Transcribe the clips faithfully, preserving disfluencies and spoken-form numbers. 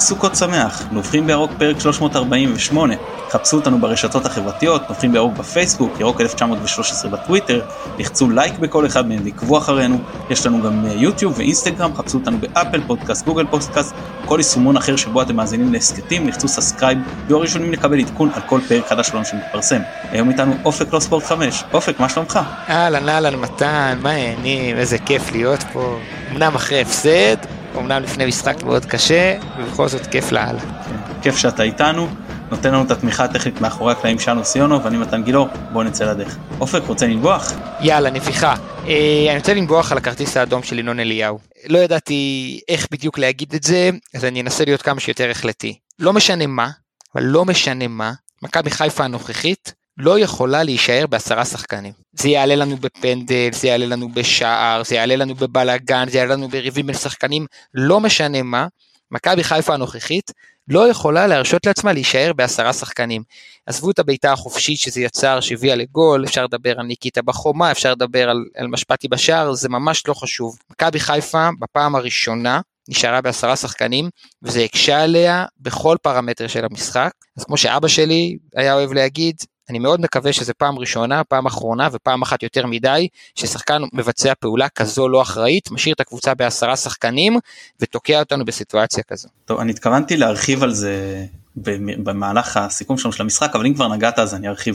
סוכות שמח, נובחים בירוק פרק שלוש מאות ארבעים ושמונה, חפשו אותנו ברשתות החברתיות, נובחים בירוק בפייסבוק, ירוק אלף תשע מאות ושלוש עשרה בטוויטר, לחצו לייק בכל אחד מהם ועקבו אחרינו, יש לנו גם יוטיוב ואינסטגרם, חפשו אותנו באפל פודקאסט, גוגל פודקאסט, כל יישומון אחר שבו אתם מאזינים להסקטים, לחצו סאסקרייב, ויהיו הראשונים לקבל עדכון על כל פרק חדש שלנו שמתפרסם. היום איתנו אופק לא ספורט חמש, אופק, מה שלומך? אהלן, אהלן, מתן, מה העניינים, איזה כיף להיות פה, אמנם אחרי הפסד, אמנם לפני משחק מאוד קשה, ובכל זאת כיף לעל. כיף שאתה איתנו, נותן לנו את התמיכה הטכנית מאחורי הקלעים שלנו סיונו, ואני מתן גילו, בואו נצא לדרך. אופק, רוצה לנבוח? יאללה, נביחה. אה, אני רוצה לנבוח על הכרטיס האדום של ינון אליהו. לא ידעתי איך בדיוק להגיד את זה, אז אני אנסה להיות כמה שיותר החלטי. לא משנה מה, אבל לא משנה מה, מכבי חיפה הנוכחית לא יכולה להישאר בעשרה שחקנים. זה יעלה לנו בפנדל, זה יעלה לנו בשער, זה יעלה לנו בבלגן, זה יעלה לנו בריבים בין שחקנים, לא משנה מה, מכבי חיפה הנוכחית לא יכולה להרשות לעצמה להישאר בעשרה שחקנים. עזבו את הביתה החופשית שזה יצר, שהביאה לגול, אפשר לדבר על ניקיטה בחומה, אפשר לדבר על, על משפטי בשער, זה ממש לא חשוב. מכבי חיפה בפעם הראשונה נשארה בעשרה שחקנים, וזה הקשה עליה בכל פרמטר של המשחק. אז כמו שאבא שלי היה אוהב להגיד, אני מאוד מקווה שזה פעם ראשונה, פעם אחרונה ופעם אחת יותר מדי, ששחקן מבצע פעולה כזו לא אחראית, משאיר את הקבוצה בעשרה שחקנים, ותוקע אותנו בסיטואציה כזו. טוב, אני התכוונתי להרחיב על זה במהלך הסיכום שלנו של המשחק, אבל אם כבר נגעת אז אני ארחיב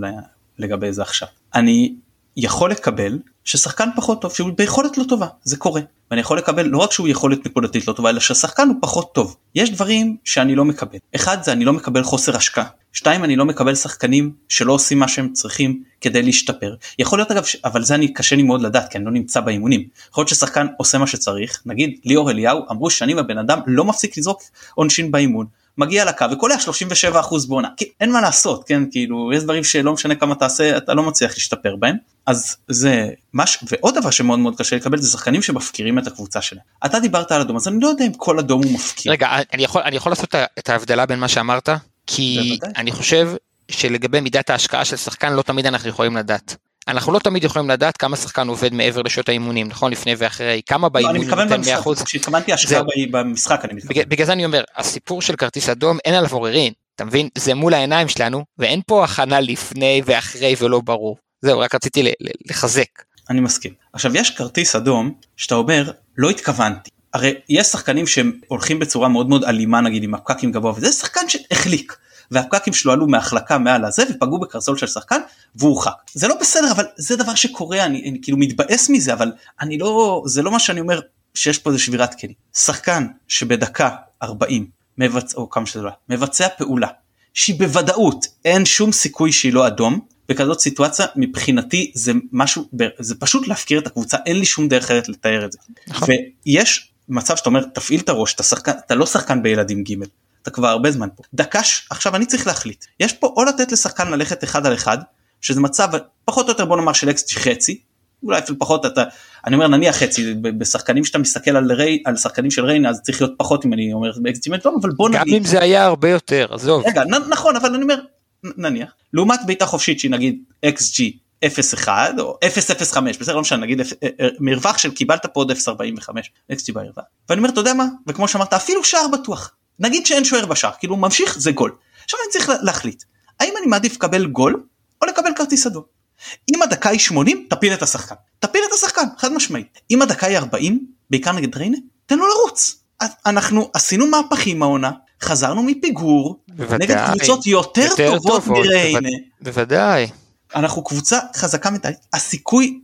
לגבי זה עכשיו. אני יכול לקבל ששחקן פחות טוב, שהוא ביכולת לא טובה, זה קורה. ואני יכול לקבל לא רק שהוא יכולת נקודתית לא טובה, אלא ששחקן הוא פחות טוב. יש דברים שאני לא מקבל. אחד, זה אני לא מקבל חוסר השקעה. שתיים, אני לא מקבל שחקנים שלא עושים מה שהם צריכים כדי להשתפר. יכול להיות אגב, אבל זה אני קשה לי מאוד לדעת, כי אני לא נמצא באימונים. יכול להיות ששחקן עושה מה שצריך, נגיד ליאור אליהו, אמרו שנים הבן אדם לא מפסיק לזרוק עונשין באימון, מגיע לקו וקולע שלושים ושבעה אחוז בעונה, כי אין מה לעשות, כן, כאילו, יש דברים שלא משנה כמה תעשה, אתה לא מצליח להשתפר בהם, אז זה מש... ועוד דבר שמאוד מאוד קשה לקבל, זה שחקנים שמפקירים את הקבוצה שלהם. אתה דיברת על אדום, אז אני לא יודע אם כל אדום הוא מפקיר. רגע, אני יכול, אני יכול לעשות את ההבדלה בין מה שאמרת, כי בוודאי. אני חושב שלגבי מידת ההשקעה של שחקן, לא תמיד אנחנו יכולים לדעת. אנחנו לא תמיד יכולים לדעת כמה שחקן עובד מעבר לשעות האימונים, נכון? לפני ואחרי, כמה באימונים נותן מאה אחוז. כשהתכוונתי השקעה במשחק, אני מתכוון. בגלל זה אני אומר, הסיפור של כרטיס אדום, אין עליו עוררין, אתה מבין? זה מול העיניים שלנו, ואין פה הכנה לפני ואחרי ולא ברור. זהו, רק רציתי לחזק. אני מסכים. עכשיו, יש כרטיס אדום, שאתה אומר, לא התכוונתי. הרי יש שחקנים שהם הולכים בצורה מאוד מאוד אלימה, נגיד, עם הפקקים גבוה, וזה שחקן שהחליק. והפקקים שלו עלו מהחלקה מעל הזה, ופגעו בקרסול של שחקן, והוא הורחק. זה לא בסדר, אבל זה דבר שקורה, אני, אני כאילו מתבאס מזה, אבל אני לא, זה לא מה שאני אומר, שיש פה איזה שבירת כלים. שחקן שבדקה ארבעים, מבצע, או כמה שזה לא, מבצע פעולה, שהיא בוודאות, אין שום סיכוי שהיא לא אדום, בכזאת סיטואציה, מבחינתי, זה משהו, זה פשוט להפקיר את הקבוצה, אין לי שום דרך אחרת לתאר את זה. נכון. ויש מצב שאתה אומר, תפעיל את הראש, אתה, שחקן, אתה לא שחקן בילדים ג' אתה כבר הרבה זמן פה. דקש, עכשיו אני צריך להחליט. יש פה או לתת לשחקן ללכת אחד על אחד, שזה מצב פחות או יותר בוא נאמר של אקס חצי, אולי אפילו פחות, אתה, אני אומר נניח חצי, בשחקנים שאתה מסתכל על, רי, על שחקנים של ריינה, אז צריך להיות פחות אם אני אומר באקס ג'י, אבל בוא נגיד. גם אם זה היה הרבה יותר, עזוב. רגע, נ, נכון, אבל אני אומר, נניח, לעומת ביתה חופשית שהיא נגיד אקס ג'י אפס אחד או אפס אפס חמש, בסדר, לא משנה, נגיד מרווח של קיבלת פה עוד אפס ארבעים וחמש, אקס ג'י בערבה. ואני אומר, אתה יודע מה? וכמו שאמרת, אפילו שער בטוח. נגיד שאין שוער בשער, כאילו הוא ממשיך, זה גול. עכשיו אני צריך להחליט, האם אני מעדיף לקבל גול, או לקבל כרטיס אדום? אם הדקה היא שמונים, תפיל את השחקן. תפיל את השחקן, חד משמעית. אם הדקה היא ארבעים, בעיקר נגד ריינה, תן לו לרוץ. אנחנו עשינו מהפכים העונה, חזרנו מפיגור, בוודאי, נגד קבוצות יותר, יותר טובות מריינה. בוודאי. אנחנו קבוצה חזקה מדי. הסיכוי,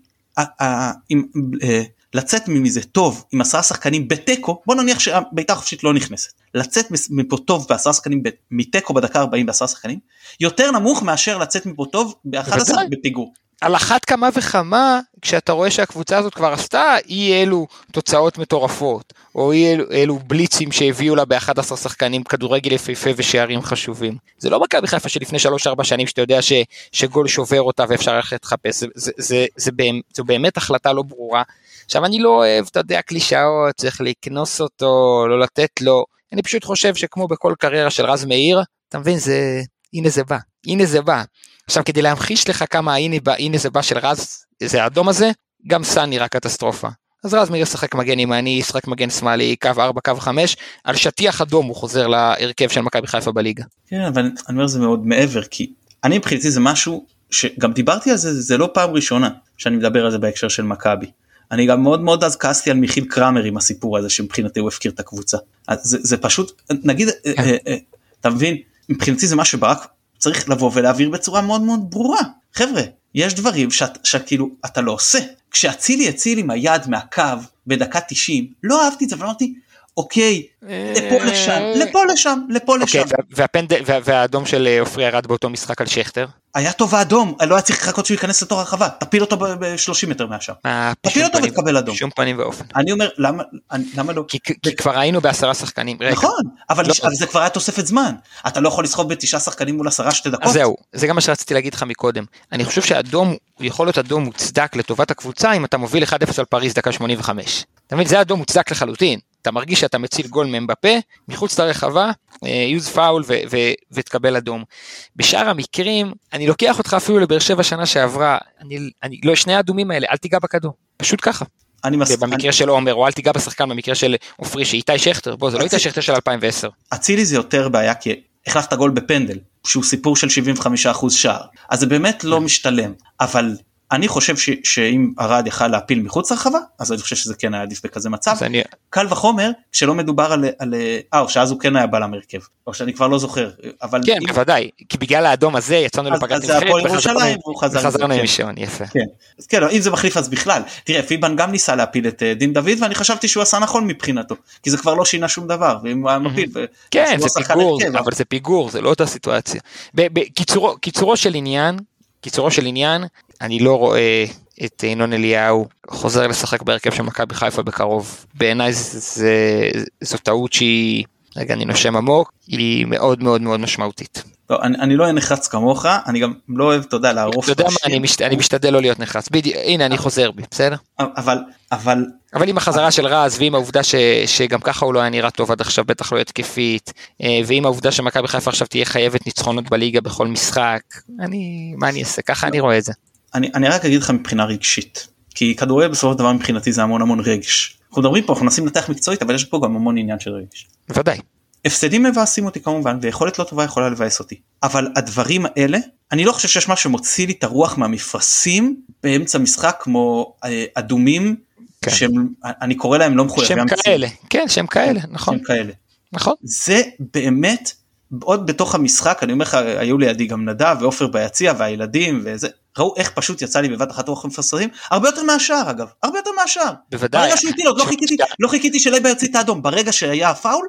עם... לצאת מזה טוב עם עשרה שחקנים בטקו, בוא נניח שהביתה החופשית לא נכנסת, לצאת מפה טוב בעשרה שחקנים מטקו בדקה ארבעים בעשרה שחקנים, יותר נמוך מאשר לצאת מפה טוב באחד עשר בפיגור. על אחת כמה וכמה, כשאתה רואה שהקבוצה הזאת כבר עשתה, אי אלו תוצאות מטורפות, או אי אלו, אלו בליצים שהביאו לה באחד עשר שחקנים כדורגל יפהפה ושערים חשובים. זה לא מכבי חיפה שלפני שלוש ארבע שנים שאתה יודע ש, שגול שובר אותה ואפשר ללכת לחפש, זה, זה, זה, זה, באמת, זה באמת החלטה לא ברורה. עכשיו אני לא אוהב, אתה יודע, קלישאות, צריך לקנוס אותו, לא לתת לו, אני פשוט חושב שכמו בכל קריירה של רז מאיר, אתה מבין, זה, הנה זה בא, הנה זה בא. עכשיו כדי להמחיש לך כמה הנה, בא, הנה זה בא של רז, זה האדום הזה, גם סן נראה קטסטרופה. אז רז מאיר ישחק מגן ימני, ישחק מגן שמאלי, קו ארבע, קו חמש, על שטיח אדום הוא חוזר להרכב של מכבי חיפה בליגה. כן, אבל אני אומר זה מאוד מעבר, כי אני מבחינתי זה משהו שגם דיברתי על זה, זה לא פעם ראשונה שאני מדבר על זה בהקשר של מכבי. אני גם מאוד מאוד אז כעסתי על מיכיל קרמר עם הסיפור הזה שמבחינתי הוא הפקיר את הקבוצה. אז זה, זה פשוט, נגיד, אה, אה, אתה מבין, מבחינתי זה מה שברק צריך לבוא ולהעביר בצורה מאוד מאוד ברורה. חבר'ה, יש דברים שאת, שכאילו אתה לא עושה. כשהצילי הציל עם היד מהקו בדקה תשעים, לא אהבתי את זה, ואמרתי, אוקיי, לפה לשם, לפה לשם, לפה לשם. והאדום של אופרי ירד באותו משחק על שכטר? היה טוב האדום, לא היה צריך לחכות שהוא ייכנס לתוך הרחבה, תפיל אותו ב-שלושים מטר מהשם. תפיל אותו ותקבל אדום. שום פנים ואופן. אני אומר, למה לא? כי כבר היינו בעשרה שחקנים. נכון, אבל זה כבר היה תוספת זמן. אתה לא יכול לסחוב בתשעה שחקנים מול עשרה שתי דקות. אז זהו, זה גם מה שרציתי להגיד לך מקודם. אני חושב שהאדום, הוא יכול להיות אדום מוצדק לטובת הקבוצה, אם אתה מוביל אחד אפס על פריז דקה שמונים וחמש. אתה מבין, זה אדום מוצדק לחלוטין. אתה מרגיש שאתה מציל גול מבפה, מחוץ לרחבה, יוז פאול ותקבל אדום. בשאר המקרים, אני לוקח אותך אפילו לבאר שבע שנה שעברה, אני, אני, לא, שני האדומים האלה, אל תיגע בכדור, פשוט ככה. אני מס... במקרה אני... של עומר, או אל תיגע בשחקן, במקרה של אופרי, שאיתי שכטר, בוא, זה לא איתי שכטר של אלפיים ועשר. אצילי זה יותר בעיה, כי החלפת גול בפנדל, שהוא סיפור של שבעים וחמישה אחוז שער, אז זה באמת לא משתלם, אבל אני חושב ש, שאם ארד יכל להפיל מחוץ לרחבה, אז אני חושב שזה כן היה עדיף בכזה מצב. אני... קל וחומר, כשלא מדובר על, על, אה, או שאז הוא כן היה בלם הרכב, או שאני כבר לא זוכר. אבל כן, אם... בוודאי, כי בגלל האדום הזה יצאנו לפגרת נבחרת, וחזרנו עם שעון, יפה. כן, אז כן, אם זה מחליף אז בכלל. תראה, פיבן גם ניסה להפיל את דין דוד, ואני חשבתי שהוא עשה נכון מבחינתו, כי זה כבר לא שינה שום דבר, ואם הוא היה מפיל, כן, זה פיגור, אבל זה פיגור, זה לא אותה סיטואציה. קיצורו של עניין, קיצורו של עניין, אני לא רואה את ינון אליהו חוזר לשחק בהרכב של מכבי חיפה בקרוב. בעיניי זו טעות שהיא, רגע אני נושם עמוק, היא מאוד מאוד מאוד משמעותית. לא, אני, אני לא אהיה נחרץ כמוך, אני גם לא אוהב, אתה יודע, לערוף. אתה יודע מה, אני, משת, אני משתדל לא להיות נחרץ, בדיוק, הנה אני חוזר בי, בסדר? אבל, אבל... אבל עם החזרה של רז, ועם העובדה ש, שגם ככה הוא לא היה נראה טוב עד עכשיו, בטח לא התקפית, ועם העובדה שמכבי חיפה עכשיו תהיה חייבת ניצחונות בליגה בכל משחק, אני, מה אני אעשה? ככה אני רואה את זה. אני, אני רק אגיד לך מבחינה רגשית, כי כדורגל בסופו של דבר מבחינתי זה המון המון רגש. אנחנו מדברים פה, אנחנו מנסים לנתח מקצועית, אבל יש פה גם המון עניין של רגש. בוודאי. הפסדים מבאסים אותי כמובן, ויכולת לא טובה יכולה לבאס אותי. אבל הדברים האלה, אני לא חושב שיש משהו שמוציא לי את הרוח מהמפרשים, באמצע משחק כמו אה, אדומים, כן. שאני קורא להם לא מחויבים. שם כאלה, כן, שם כאלה, נכון. שם כאלה. נכון. זה באמת, עוד בתוך המשחק, אני אומר לך, היו לידי גם נדב, ואופר ביציע, והילדים, וזה, ראו איך פשוט יצא לי בבת אחת רוח מפרסרים, הרבה יותר מהשאר אגב, הרבה יותר מהשאר. בוודאי. ברגע שהוא הטיל, לא חיכיתי, לא חיכיתי שלייבה יוציא את האדום, ברגע שהיה הפאול,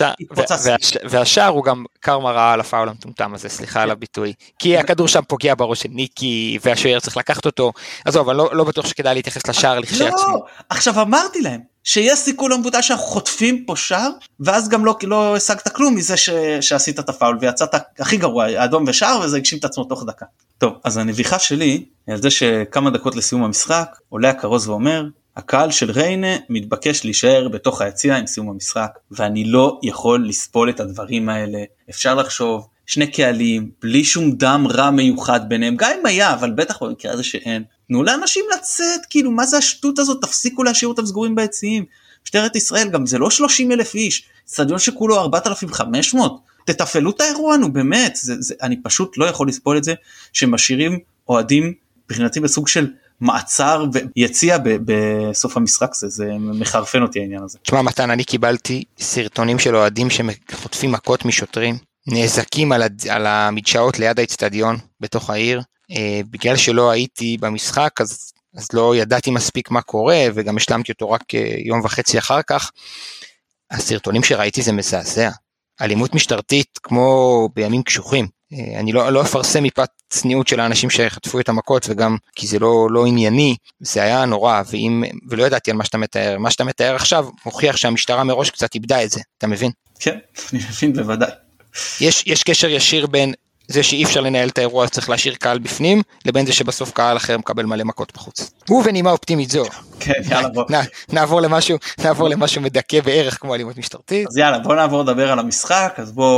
והשאר הוא גם קרמה רעה על הפאול המטומטם הזה, סליחה על הביטוי, כי הכדור שם פוגע בראש של ניקי, והשוער צריך לקחת אותו, עזוב, אבל לא בטוח שכדאי להתייחס לשער לכשעצמו. לא, עכשיו אמרתי להם, שיש סיכוי לא מבוטל שאנחנו חוטפים פה שער, ואז גם לא השגת כלום מזה שעשית את הפאול, ויצאת הכי גרוע, האדום ושער, וזה הגשים את עצמו תוך דקה. טוב, אז הנביכה שלי, על זה שכמה דקות לסיום המשחק, עולה הכרוז ואומר, הקהל של ריינה מתבקש להישאר בתוך היציע עם סיום המשחק, ואני לא יכול לספול את הדברים האלה. אפשר לחשוב, שני קהלים, בלי שום דם רע מיוחד ביניהם, גם אם היה, אבל בטח במקרה הזה שאין. תנו לאנשים לצאת, כאילו, מה זה השטות הזאת? תפסיקו להשאיר אותם סגורים ביציעים. משטרת ישראל, גם זה לא שלושים אלף איש, סטדיון שכולו ארבעת אלפים וחמש מאות, תתפעלו את האירוע, נו, באמת, זה, זה, אני פשוט לא יכול לספול את זה, שמשאירים אוהדים, מבחינתי בסוג של מעצר ויציע בסוף המשחק, זה, זה מחרפן אותי העניין הזה. תשמע מתן, אני קיבלתי סרטונים של אוהדים שחוטפים מכות משוטרים, נאזקים על, על המדשאות ליד האצטדיון בתוך העיר, אה, בגלל שלא הייתי במשחק, אז, אז לא ידעתי מספיק מה קורה, וגם השלמתי אותו רק יום וחצי אחר כך. הסרטונים שראיתי זה מזעזע, אלימות משטרתית כמו בימים קשוחים, אני לא, לא אפרסם מפאת צניעות של האנשים שחטפו את המכות, וגם כי זה לא, לא ענייני, זה היה נורא, ואם, ולא ידעתי על מה שאתה מתאר, מה שאתה מתאר עכשיו, מוכיח שהמשטרה מראש קצת איבדה את זה, אתה מבין? כן, אני מבין בוודאי. יש, יש קשר ישיר בין זה שאי אפשר לנהל את האירוע, צריך להשאיר קהל בפנים, לבין זה שבסוף קהל אחר מקבל מלא מכות בחוץ. ובנימה אופטימית זו. כן, יאללה בוא. נעבור למשהו, נעבור למשהו מדכא בערך כמו אלימות משטרתית. אז יאללה, בוא נעבור לדבר על המשחק, אז בוא,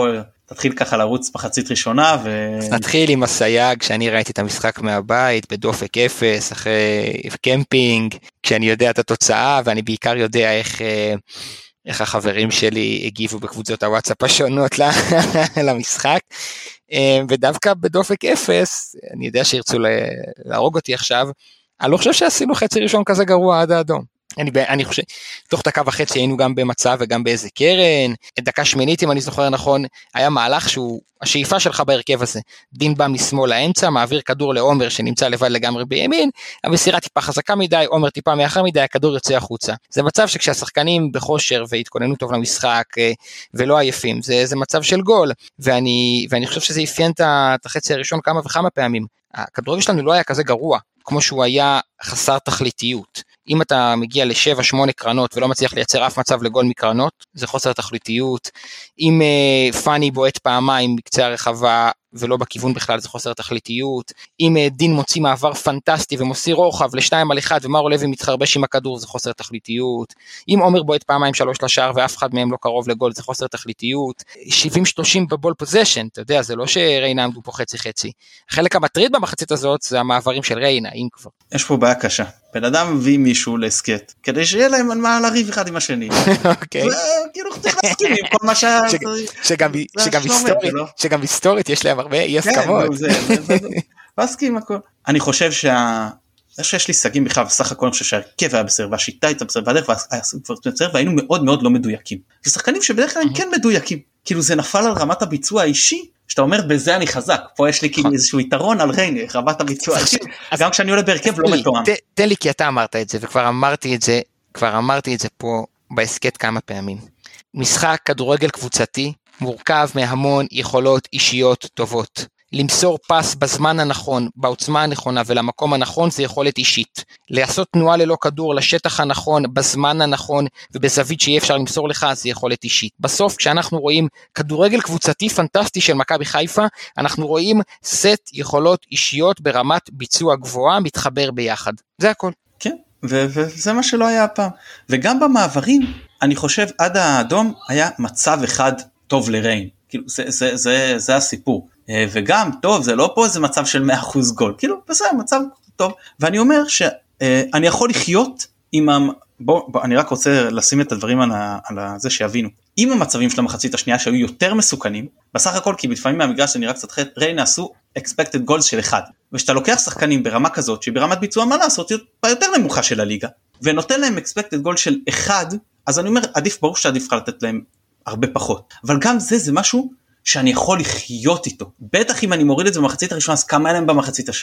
תתחיל ככה לרוץ מחצית ראשונה. ו... אז נתחיל עם הסייג, כשאני ראיתי את המשחק מהבית, בדופק אפס, אחרי קמפינג, כשאני יודע את התוצאה, ואני בעיקר יודע איך, איך החברים שלי הגיבו בקבוצות הוואטסאפ השונות למשחק, ודווקא בדופק אפס, אני יודע שירצו להרוג אותי עכשיו, אני לא חושב שעשינו חצי ראשון כזה גרוע עד האדום. אני, אני חושב, תוך דקה וחצי היינו גם במצב וגם באיזה קרן, דקה שמינית אם אני זוכר נכון, היה מהלך שהוא השאיפה שלך בהרכב הזה, דין בא משמאל לאמצע, מעביר כדור לעומר שנמצא לבד לגמרי בימין, המסירה טיפה חזקה מדי, עומר טיפה מאחר מדי, הכדור יוצא החוצה. זה מצב שכשהשחקנים בחושר והתכוננו טוב למשחק ולא עייפים, זה, זה מצב של גול, ואני, ואני חושב שזה אפיין את החצי הראשון כמה וכמה פעמים. הכדורגל שלנו לא היה כזה גרוע, כמו שהוא היה חסר תכליתיות. אם אתה מגיע לשבע, שמונה קרנות ולא מצליח לייצר אף מצב לגול מקרנות, זה חוסר תכליתיות. אם uh, פני בועט פעמיים מקצה הרחבה ולא בכיוון בכלל, זה חוסר תכליתיות. אם uh, דין מוציא מעבר פנטסטי ומוסיר רוחב לשתיים על אחד ומאור לוי מתחרבש עם הכדור, זה חוסר תכליתיות. אם עומר בועט פעמיים שלוש לשער ואף אחד מהם לא קרוב לגול, זה חוסר תכליתיות. שבעים שלושים בבול פוזיישן, אתה יודע, זה לא שריינה עמדו פה חצי חצי. החלק המטריד במחצית הזאת זה המעברים של ריינה, אם כבר. יש פה בעיה קשה. בן אדם מביא מישהו להסקט, כדי שיהיה להם על מה לריב אחד עם השני. אוקיי. וכאילו צריך להסכים עם כל מה שה... שגם היסטורית יש להם הרבה אי הסכמות. להסכים הכל. אני חושב שה... שיש לי סגים בכלל, בסך הכל אני חושב שהרכב היה בסדר, והשיטה הייתה בסדר, והדרך היה בסדר, והיינו מאוד מאוד לא מדויקים. זה שחקנים שבדרך כלל הם כן מדויקים. כאילו זה נפל על רמת הביצוע האישי, שאתה אומר בזה אני חזק, פה יש לי כאילו איזשהו יתרון על ריינה, רמת הביצוע האישי, גם כשאני עולה בהרכב לא מתואם. תן לי כי אתה אמרת את זה, וכבר אמרתי את זה, כבר אמרתי את זה פה בהסקט כמה פעמים. משחק כדורגל קבוצתי, מורכב מהמון יכולות אישיות טובות. למסור פס בזמן הנכון, בעוצמה הנכונה ולמקום הנכון זה יכולת אישית. לעשות תנועה ללא כדור לשטח הנכון, בזמן הנכון ובזווית שיהיה אפשר למסור לך, זה יכולת אישית. בסוף כשאנחנו רואים כדורגל קבוצתי פנטסטי של מכבי חיפה, אנחנו רואים סט יכולות אישיות ברמת ביצוע גבוהה מתחבר ביחד. זה הכל. כן, ו- וזה מה שלא היה הפעם. וגם במעברים, אני חושב עד האדום היה מצב אחד טוב לריין. כאילו זה, זה, זה, זה הסיפור. וגם, טוב, זה לא פה איזה מצב של מאה אחוז גול, כאילו, בסדר, מצב טוב, ואני אומר שאני יכול לחיות עם, בוא, בוא, אני רק רוצה לשים את הדברים על, על זה שיבינו, עם המצבים של המחצית השנייה שהיו יותר מסוכנים, בסך הכל, כי לפעמים מהמגרש שנראה קצת חד, ריינה עשו expected goals של אחד, ושאתה לוקח שחקנים ברמה כזאת, שהיא ברמת ביצוע מה לעשות, יותר נמוכה של הליגה, ונותן להם expected goal של אחד, אז אני אומר, עדיף, ברור שעדיף לך לתת להם הרבה פחות, אבל גם זה, זה משהו, שאני יכול לחיות איתו, בטח אם אני מוריד את זה במחצית הראשונה, אז כמה אליהם במחצית, הש...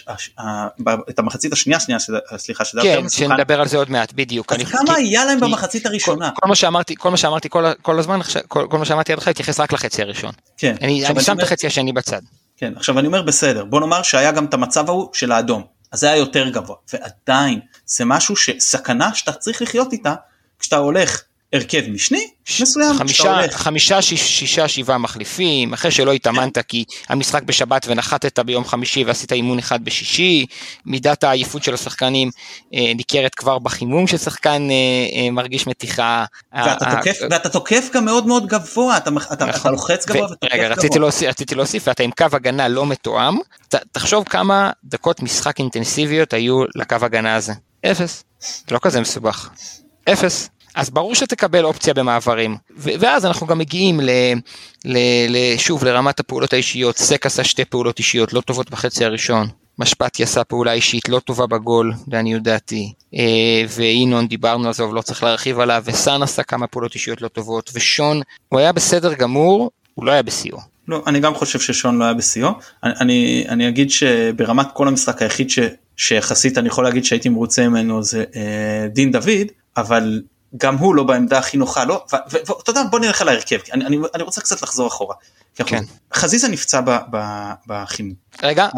את המחצית השנייה, שנייה, סליחה, שזה כן, שנדבר על זה עוד מעט, בדיוק. אז כמה היה להם במחצית הראשונה? כל מה שאמרתי, כל מה שאמרתי כל הזמן, כל מה שאמרתי עד לך, התייחס רק לחצי הראשון. כן. אני שם את החצי השני בצד. כן, עכשיו אני אומר בסדר, בוא נאמר שהיה גם את המצב ההוא של האדום, אז זה היה יותר גבוה, ועדיין, זה משהו שסכנה שאתה צריך לחיות איתה, כשאתה הולך הרכב משני, מסוים, חמישה, חמישה, שישה, שבעה מחליפים, אחרי שלא התאמנת כי המשחק בשבת ונחתת ביום חמישי ועשית אימון אחד בשישי, מידת העייפות של השחקנים אה, ניכרת כבר בחימום ששחקן אה, אה, מרגיש מתיחה. ואתה, ה- תוקף, ה- ואתה תוקף גם מאוד מאוד גבוה, אתה, אתה, נכון. אתה לוחץ גבוה ו- ותוקף רגע, גבוה. רציתי להוסיף, רציתי להוסיף, ואתה עם קו הגנה לא מתואם, ת, תחשוב כמה דקות משחק אינטנסיביות היו לקו הגנה הזה. אפס. זה לא כזה מסובך. אפס. אז ברור שתקבל אופציה במעברים, ואז אנחנו גם מגיעים ל, ל, ל, שוב לרמת הפעולות האישיות, סק עשה שתי פעולות אישיות לא טובות בחצי הראשון, משפטי עשה פעולה אישית לא טובה בגול, ואני יודעתי, ואינון דיברנו על זה, אבל לא צריך להרחיב עליו, וסן עשה כמה פעולות אישיות לא טובות, ושון, הוא היה בסדר גמור, הוא לא היה בסיוע. לא, אני גם חושב ששון לא היה בסיוע, אני, אני, אני אגיד שברמת כל המשחק היחיד ש, שיחסית אני יכול להגיד שהייתי מרוצה ממנו זה אה, דין דוד, אבל גם הוא לא בעמדה הכי נוחה, לא, ואתה יודע, בוא נלך על ההרכב, אני, אני, אני רוצה קצת לחזור אחורה, כן. חזיזה נפצע בחימום. רגע,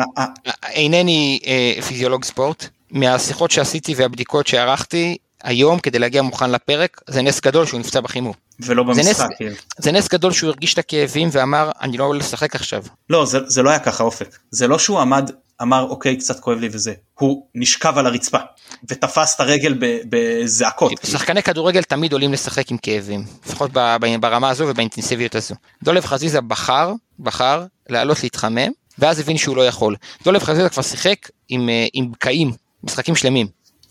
אינני פיזיולוג ספורט, מהשיחות שעשיתי והבדיקות שערכתי, היום כדי להגיע מוכן לפרק, זה נס גדול שהוא נפצע בחימום. ולא במשחק. זה נס, זה נס גדול שהוא הרגיש את הכאבים ואמר, אני לא עולה לשחק עכשיו. לא, זה, זה לא היה ככה אופק, זה לא שהוא עמד אמר אוקיי קצת כואב לי וזה, הוא נשכב על הרצפה, ותפס את הרגל בזעקות. שחקני כדורגל תמיד עולים לשחק עם כאבים, לפחות ברמה הזו ובאינטנסיביות הזו. דולב חזיזה בחר, בחר לעלות להתחמם, ואז הבין שהוא לא יכול. דולב חזיזה כבר שיחק עם, עם בקעים, משחקים שלמים.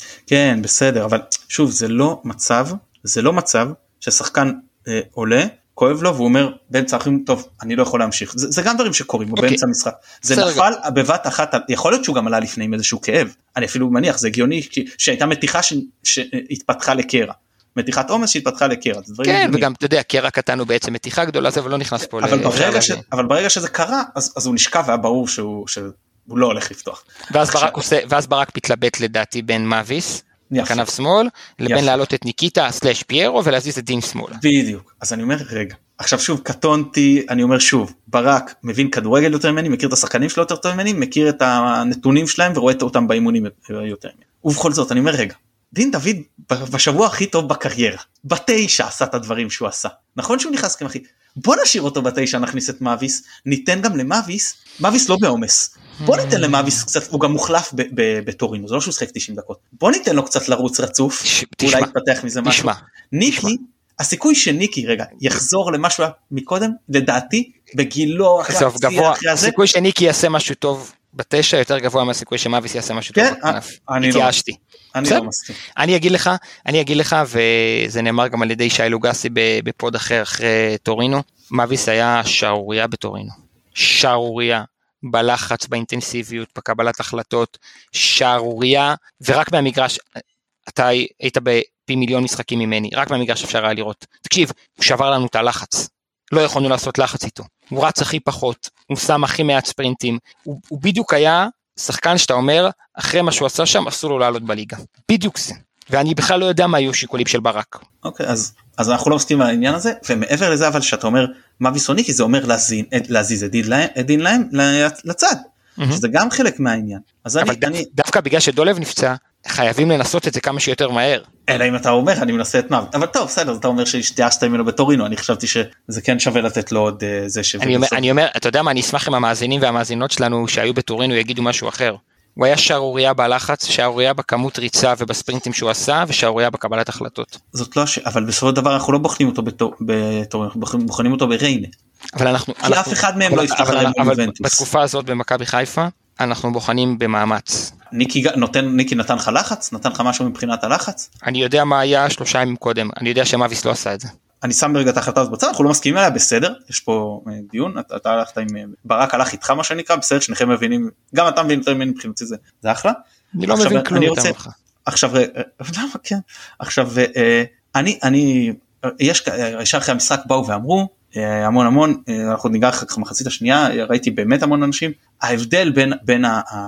כן, בסדר, אבל שוב, זה לא מצב, זה לא מצב ששחקן אה, עולה, כואב לו, והוא אומר, באמצע אחרים, טוב, אני לא יכול להמשיך. זה, זה גם דברים שקורים, okay. באמצע המשחק. זה נפל רגע. בבת אחת, יכול להיות שהוא גם עלה לפני עם איזשהו כאב, אני אפילו מניח, זה הגיוני, שהייתה מתיחה ש, שהתפתחה לקרע. מתיחת עומס שהתפתחה לקרע. כן, וגם, אתה יודע, קרע קטן הוא בעצם מתיחה גדולה, אבל לא נכנס פה. אבל, ברגע, ש, אבל ברגע שזה קרה, אז, אז הוא נשכב, והיה ברור שהוא, שהוא לא הולך לפתוח. ואז ברק, עושה, ואז ברק מתלבט לדעתי בין מאביס, כנף שמאל, לבין להעלות את ניקיטה סלש פיירו ולהזיז את דין שמאל. בדיוק. אז אני אומר, רגע, עכשיו שוב, קטונתי, אני אומר שוב, ברק מבין כדורגל יותר ממני, מכיר את השחקנים שלו יותר טוב ממני, מכיר את הנתונים שלהם ורואה אותם באימונים יותר ממני. ובכל זאת, אני אומר, רגע, דין דוד בשבוע הכי טוב בקריירה, בתשע עשה את הדברים שהוא עשה. נכון שהוא נכנס כמחי, בוא נשאיר אותו בתשע, נכניס את מאביס, ניתן גם למאביס, מאביס לא בעומס. בוא ניתן למאביס קצת, הוא גם מוחלף בטורינו, זה לא שהוא שחק תשעים דקות. בוא ניתן לו קצת לרוץ רצוף, אולי יתפתח מזה משהו. ניקי, הסיכוי שניקי, רגע, יחזור למשהו מקודם, לדעתי, בגילו, אחרי גבוה, הסיכוי שניקי יעשה משהו טוב בתשע, יותר גבוה מהסיכוי שמאביס יעשה משהו טוב בכנף. התייאשתי. אני לא מסכים. אני אגיד לך, אני אגיד לך, וזה נאמר גם על ידי שי לוגסי בפוד אחר, אחרי טורינו, מאביס היה שערוריה בטורינו. שערוריה. בלחץ, באינטנסיביות, בקבלת החלטות, שערוריה, ורק מהמגרש, אתה היית בפי מיליון משחקים ממני, רק מהמגרש אפשר היה לראות. תקשיב, הוא שבר לנו את הלחץ, לא יכולנו לעשות לחץ איתו, הוא רץ הכי פחות, הוא שם הכי מעט ספרינטים, הוא, הוא בדיוק היה שחקן שאתה אומר, אחרי מה שהוא עשה שם, אסור לו לעלות בליגה, בדיוק זה, ואני בכלל לא יודע מה היו שיקולים של ברק. אוקיי, אז, אז אנחנו לא מסתירים על העניין הזה, ומעבר לזה אבל שאתה אומר, מאביס או ניקי, זה אומר להזין, להזיז את דין להם לצד, mm-hmm. שזה גם חלק מהעניין. אז אבל אני, ד, אני... דווקא בגלל שדולב נפצע, חייבים לנסות את זה כמה שיותר מהר. אלא אם אתה אומר, אני מנסה את מאביס, אבל טוב, בסדר, אתה אומר שהשתיאשת ממנו בטורינו, אני חשבתי שזה כן שווה לתת לו עוד זה שווה. אני אומר, אני אומר, אתה יודע מה, אני אשמח עם המאזינים והמאזינות שלנו שהיו בטורינו יגידו משהו אחר. הוא היה שערוריה בלחץ, שערוריה בכמות ריצה ובספרינטים שהוא עשה, ושערוריה בקבלת החלטות. זאת לא ש... אבל בסופו של דבר אנחנו לא בוחנים אותו בתור, אנחנו בוחנים אותו בריינה. אבל אנחנו... כי אף אחד מהם לא יפתח להם ביובנטוס. בתקופה הזאת במכבי חיפה, אנחנו בוחנים במאמץ. ניקי נותן, ניקי נתן לך לחץ? נתן לך משהו מבחינת הלחץ? אני יודע מה היה שלושה ימים קודם, אני יודע שמאביס לא עשה את זה. אני שם ברגע את ההחלטה הזאת בצד, אנחנו לא מסכימים עליה, בסדר, יש פה דיון, אתה, אתה הלכת עם, ברק הלך איתך מה שנקרא, בסדר, שניכם מבינים, גם אתה מבין יותר ממני מבחינתי זה, זה אחלה. אני לא מבין כלום יותר ממך. עכשיו, למה כן? עכשיו, אני, אני, יש, ישר אחרי המשחק באו ואמרו, המון המון, אנחנו ניגע אחר כך מחצית השנייה, ראיתי באמת המון אנשים, ההבדל בין, בין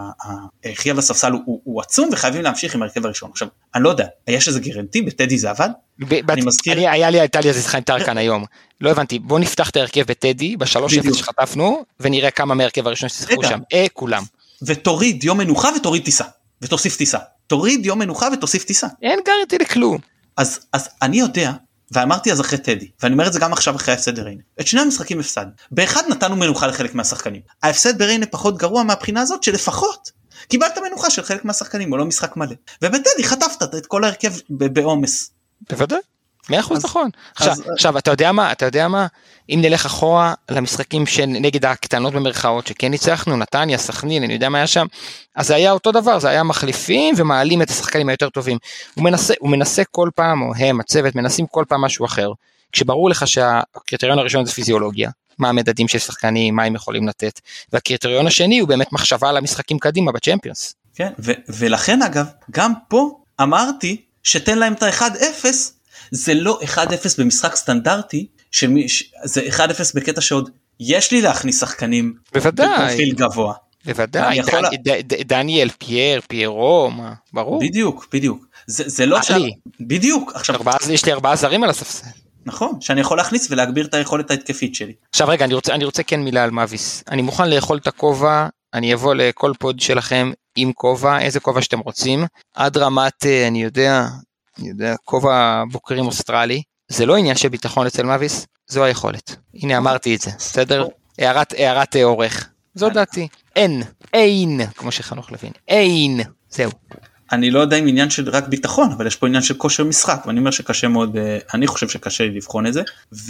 הרכיב לספסל הוא, הוא עצום, וחייבים להמשיך עם הרכב הראשון. עכשיו, אני לא יודע, יש איזה גרנטי, בטדי זה עבד? אני מזכיר... אני, היה לי, הייתה לי איזה שיחה עם כאן היום, לא הבנתי, בוא נפתח את הרכב בטדי, בשלוש אפס שחטפנו, ונראה כמה מהרכב הראשון ששיחקו שם, אה, כולם. ותוריד יום מנוחה ותוריד טיסה, ותוסיף טיסה. תוריד יום מנוחה ותוסיף טיסה. אין גרנטי לכלום. אז, אז אני יודע, ואמרתי אז אחרי טדי, ואני אומר את זה גם עכשיו אחרי ההפסד בריינה. את שני המשחקים הפסד. באחד נתנו מנוחה לחלק מהשחקנים. ההפסד בריינה פחות גרוע מהבחינה הזאת שלפחות קיבלת מנוחה של חלק מהשחקנים, או לא משחק מלא. ובטדי חטפת את כל ההרכב בעומס. בוודאי. מאה אחוז נכון. עכשיו, עכשיו, אתה יודע מה, אתה יודע מה, אם נלך אחורה למשחקים נגד הקטנות במרכאות, שכן ניצחנו, נתניה, סכנין, אני יודע מה היה שם, אז זה היה אותו דבר, זה היה מחליפים ומעלים את השחקנים היותר טובים. הוא מנסה, הוא מנסה כל פעם, או הם, הצוות, מנסים כל פעם משהו אחר, כשברור לך שהקריטריון הראשון זה פיזיולוגיה, מה המדדים של שחקנים, מה הם יכולים לתת, והקריטריון השני הוא באמת מחשבה על המשחקים קדימה בצ'מפיונס. כן, ו- ולכן אגב, גם פה אמרתי שתן להם את ה-אחד אפס, זה לא אחד אפס במשחק סטנדרטי, שמי, זה אחד אפס בקטע שעוד יש לי להכניס שחקנים בפרופיל גבוה. בוודאי, דן, ד, ד, דניאל, פייר, פיירו, מה, ברור. בדיוק, בדיוק. זה, זה לא עכשיו, בדיוק. עכשיו, ארבעה, יש לי ארבעה זרים על הספסל. נכון, שאני יכול להכניס ולהגביר את היכולת ההתקפית שלי. עכשיו רגע, אני רוצה, אני רוצה כן מילה על מאביס. אני מוכן לאכול את הכובע, אני אבוא לכל פוד שלכם עם כובע, איזה כובע שאתם רוצים, עד רמת, אני יודע, אני יודע, כובע בוקרים אוסטרלי, זה לא עניין של ביטחון אצל מאביס, זו היכולת. הנה אמרתי את זה, בסדר? הערת, הערת עורך. זו דעתי. אין, אין, כמו שחנוך לוין, אין, זהו. אני לא יודע אם עניין של רק ביטחון, אבל יש פה עניין של כושר משחק, ואני אומר שקשה מאוד, אני חושב שקשה לי לבחון את זה,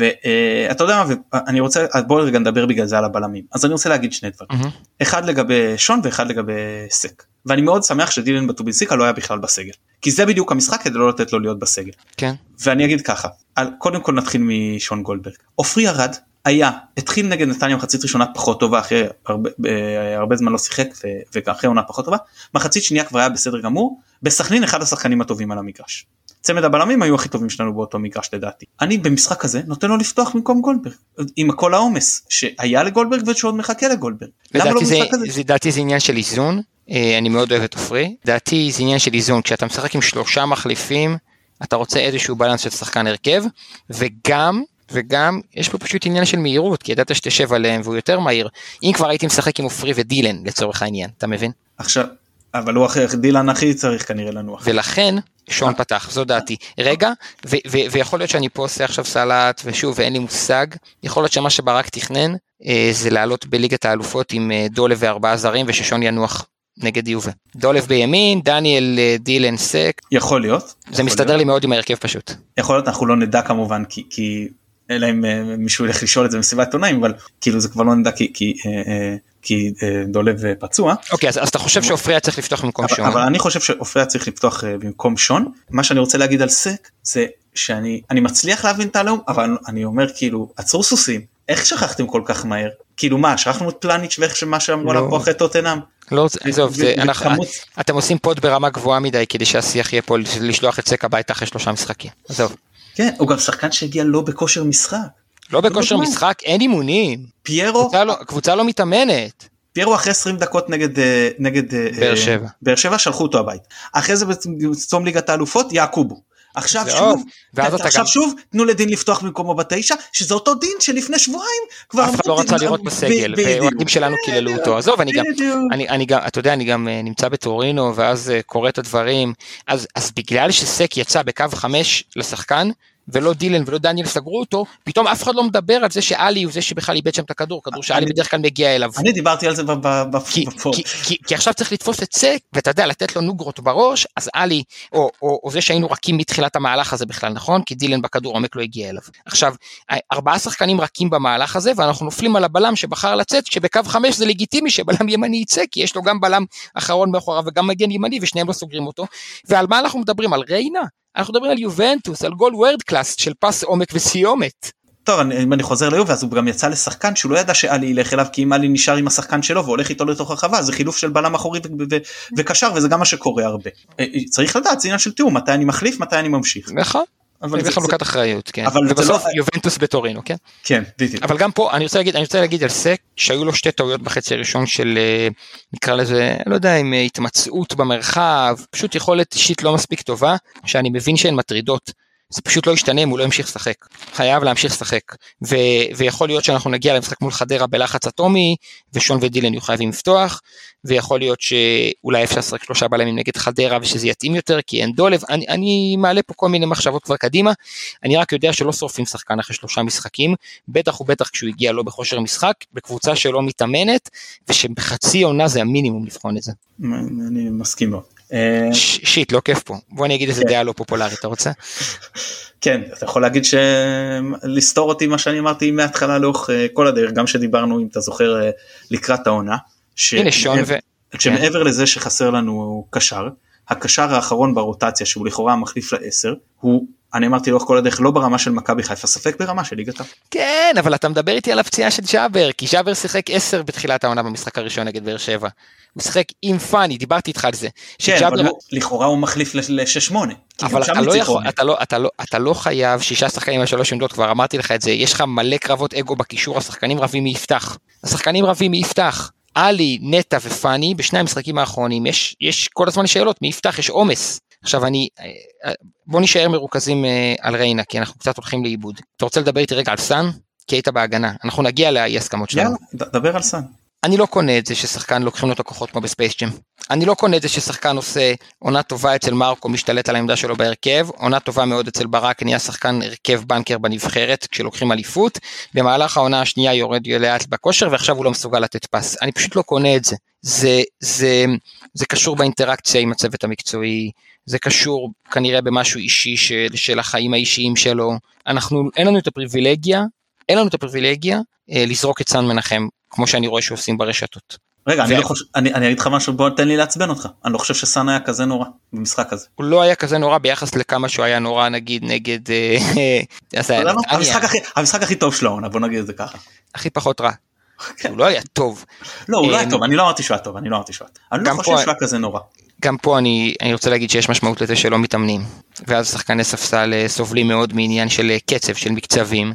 ואתה יודע מה, אני רוצה, בואו רגע נדבר בגלל זה על הבלמים, אז אני רוצה להגיד שני דברים, אחד לגבי שון ואחד לגבי סק, ואני מאוד שמח שדילן בטובינסיקה לא היה בכלל בסגל, כי זה בדיוק המשחק כדי לא לתת לו להיות בסגל, כן. ואני אגיד ככה, קודם כל נתחיל משון גולדברג, עופרי ארד, היה, התחיל נגד נתניה מחצית ראשונה פחות טובה, אחרי הרבה, הרבה זמן לא שיחק, ואחרי עונה פחות טובה, מחצית שנייה כבר היה בסדר גמור, בסכנין אחד השחקנים הטובים על המגרש. צמד הבלמים היו הכי טובים שלנו באותו מגרש לדעתי. אני במשחק הזה נותן לו לפתוח במקום גולדברג, עם כל העומס שהיה לגולדברג ושעוד מחכה לגולדברג. למה לא במשחק הזה? לדעתי זה עניין של איזון, אני מאוד אוהב את עופרי, לדעתי זה עניין של איזון, כשאתה משחק עם שלושה מחליפים, אתה רוצה איזשהו בלנס של שחקן הרכב, וגם וגם יש פה פשוט עניין של מהירות, כי ידעת שתשב עליהם והוא יותר מהיר. אם כבר הייתי משחק עם עופרי ודילן לצורך העניין, אתה מבין? עכשיו, אבל הוא אחר, דילן הכי צריך כנראה לנוח. ולכן שון פתח, זו דעתי. רגע, ו- ו- ויכול להיות שאני פה עושה עכשיו סלט, ושוב, ואין לי מושג, יכול להיות שמה שברק תכנן, אה, זה לעלות בליגת האלופות עם אה, דולב וארבעה זרים, וששון ינוח נגד יובה. דולב בימין, דניאל דילן סק. יכול להיות. זה מסתדר לי מאוד עם ההרכב פשוט. יכול להיות, אנחנו לא נדע כמובן, כי... כי... אלא אם מישהו ילך לשאול את זה מסיבת עיתונאים, אבל כאילו זה כבר לא נדע כי, כי, כי דולב פצוע. אוקיי, אז, אז אתה חושב שאופריה צריך לפתוח במקום אבל, שון? אבל אני חושב שאופריה צריך לפתוח במקום שון. מה שאני רוצה להגיד על סק, זה שאני אני מצליח להבין את הלאום, אבל אני אומר כאילו, עצרו סוסים, איך שכחתם כל כך מהר? כאילו מה, שכחנו את פלניץ' ואיך שמה שאמרו עליו פה אחרי טוטנהאם? לא, עזוב, אתם עושים פוד ברמה גבוהה מדי, כדי שהשיח יהיה פה לשלוח את סק הביתה אחרי שלושה משחקים. עזוב. כן, הוא גם שחקן שהגיע לא בכושר משחק. לא בכושר משחק, אין אימונים. פיירו... קבוצה לא מתאמנת. פיירו אחרי עשרים דקות נגד... נגד באר שבע. באר שבע שלחו אותו הבית. אחרי זה בצום ליגת האלופות, יעקובו. עכשיו שוב, עכשיו שוב, תנו לדין לפתוח במקומו בתשע, שזה אותו דין שלפני שבועיים כבר... אף אחד לא רצה לראות בסגל, ואוהדים שלנו קיללו אותו. עזוב, אני גם, אני גם, אתה יודע, אני גם נמצא בטורינו, ואז קורא את הדברים, אז בגלל שסק יצא בקו חמש לשחקן, ולא דילן ולא דניאל סגרו אותו, פתאום אף אחד לא מדבר על זה שאלי הוא זה שבכלל איבד שם את הכדור, כדור שאלי בדרך כלל מגיע אליו. אני דיברתי על זה בפוד. כי עכשיו צריך לתפוס את סק, ואתה יודע, לתת לו נוגרות בראש, אז אלי, או זה שהיינו רכים מתחילת המהלך הזה בכלל, נכון? כי דילן בכדור עומק לא הגיע אליו. עכשיו, ארבעה שחקנים רכים במהלך הזה, ואנחנו נופלים על הבלם שבחר לצאת, שבקו חמש זה לגיטימי שבלם ימני יצא, כי יש לו גם בלם אחרון מאחוריו וגם מגן ימני, ושניהם לא סוגרים אותו. ועל מה אנחנו מדברים? על ריינה? אנחנו מדברים על יובנטוס, על גול וורד קלאס של פס עומק וסיומת. טוב, אם אני חוזר ליוב, אז הוא גם יצא לשחקן שהוא לא ידע שאלי ילך אליו, כי אם אלי נשאר עם השחקן שלו והולך איתו לתוך הרחבה, זה חילוף של בלם אחורי וקשר, וזה גם מה שקורה הרבה. צריך לדעת, זה עניין של תיאום, מתי אני מחליף, מתי אני ממשיך. נכון. זה חלוקת אחריות, כן. ובסוף יובנטוס בטורינו, כן? כן, בדיוק. אבל גם פה, אני רוצה להגיד, אני רוצה להגיד על סק, שהיו לו שתי טעויות בחצי הראשון של, נקרא לזה, לא יודע, עם התמצאות במרחב, פשוט יכולת אישית לא מספיק טובה, שאני מבין שהן מטרידות. זה פשוט לא ישתנה אם הוא לא ימשיך לשחק. חייב להמשיך לשחק. ו- ויכול להיות שאנחנו נגיע למשחק מול חדרה בלחץ אטומי, ושון ודילן יהיו חייבים לפתוח, ויכול להיות שאולי אפשר לשחק שלושה בלמים נגד חדרה, ושזה יתאים יותר, כי אין דולב. אני, אני מעלה פה כל מיני מחשבות כבר קדימה, אני רק יודע שלא שורפים שחקן אחרי שלושה משחקים, בטח ובטח כשהוא הגיע לא בכושר משחק, בקבוצה שלא מתאמנת, ושבחצי עונה זה המינימום לבחון את זה. אני מסכים מאוד. שיט, לא כיף פה. בוא אני אגיד איזה דעה לא פופולרית, אתה רוצה? כן, אתה יכול להגיד שלסתור אותי מה שאני אמרתי מההתחלה לאורך כל הדרך, גם שדיברנו, אם אתה זוכר, לקראת העונה. הנה שון ו... שמעבר לזה שחסר לנו קשר, הקשר האחרון ברוטציה, שהוא לכאורה מחליף לעשר, הוא, אני אמרתי לאורך כל הדרך, לא ברמה של מכבי חיפה, ספק ברמה של ליגת העל. כן, אבל אתה מדבר איתי על הפציעה של ג'אבר, כי ג'אבר שיחק עשר בתחילת העונה במשחק הראשון נגד באר שבע. הוא שיחק עם פאני, דיברתי איתך על זה. כן, אבל לכאורה הוא מחליף ל-שש שמונה. אבל אתה לא יכול, אתה לא, אתה לא, אתה לא חייב שישה שחקנים על שלוש עמדות, כבר אמרתי לך את זה, יש לך מלא קרבות אגו בקישור, השחקנים רבים מי יפתח. השחקנים רבים מי יפתח. אלי, נטה ופאני, בשני המשחקים האחרונים, יש, יש כל הזמן שאלות, מי יפתח, יש עומס. עכשיו אני, בוא נשאר מרוכזים על ריינה, כי אנחנו קצת הולכים לאיבוד. אתה רוצה לדבר איתי רגע על סן? כי היית בהגנה, אנחנו נגיע לאי הסכמות שלנו. יאללה, דבר על סן. אני לא קונה את זה ששחקן לוקחים לו את הכוחות כמו בספייס ג'ם. אני לא קונה את זה ששחקן עושה עונה טובה אצל מרקו, משתלט על העמדה שלו בהרכב, עונה טובה מאוד אצל ברק, נהיה שחקן הרכב בנקר בנבחרת, כשלוקחים אליפות, במהלך העונה השנייה יורד לאט בכושר, ועכשיו הוא לא מסוגל לתת פס. אני פשוט לא קונה את זה. זה, זה, זה קשור באינטראקציה עם הצוות המקצועי, זה קשור כנראה במשהו אישי של, של החיים האישיים שלו. אנחנו, אין לנו את הפריבילגיה, אין לנו את הפריבילגיה אה, לזרוק את סן מנחם, כמו שאני רואה שעושים ברשתות. רגע, אני, לא חושב, אני, אני אגיד לך משהו, בוא תן לי לעצבן אותך, אני לא חושב שסן היה כזה נורא במשחק הזה. הוא לא היה כזה נורא ביחס לכמה שהוא היה נורא נגיד נגד... המשחק הכי, המשחק הכי טוב שלו, בוא נגיד את זה ככה. הכי פחות רע. הוא לא היה טוב. לא, הוא לא היה טוב, אני לא אמרתי שהוא היה טוב, אני לא אמרתי שהוא היה טוב. אני לא חושב שהוא היה כזה נורא. גם פה אני, אני רוצה להגיד שיש משמעות לזה שלא מתאמנים, ואז שחקני ספסל סובלים מאוד מעניין של קצב, של מקצבים,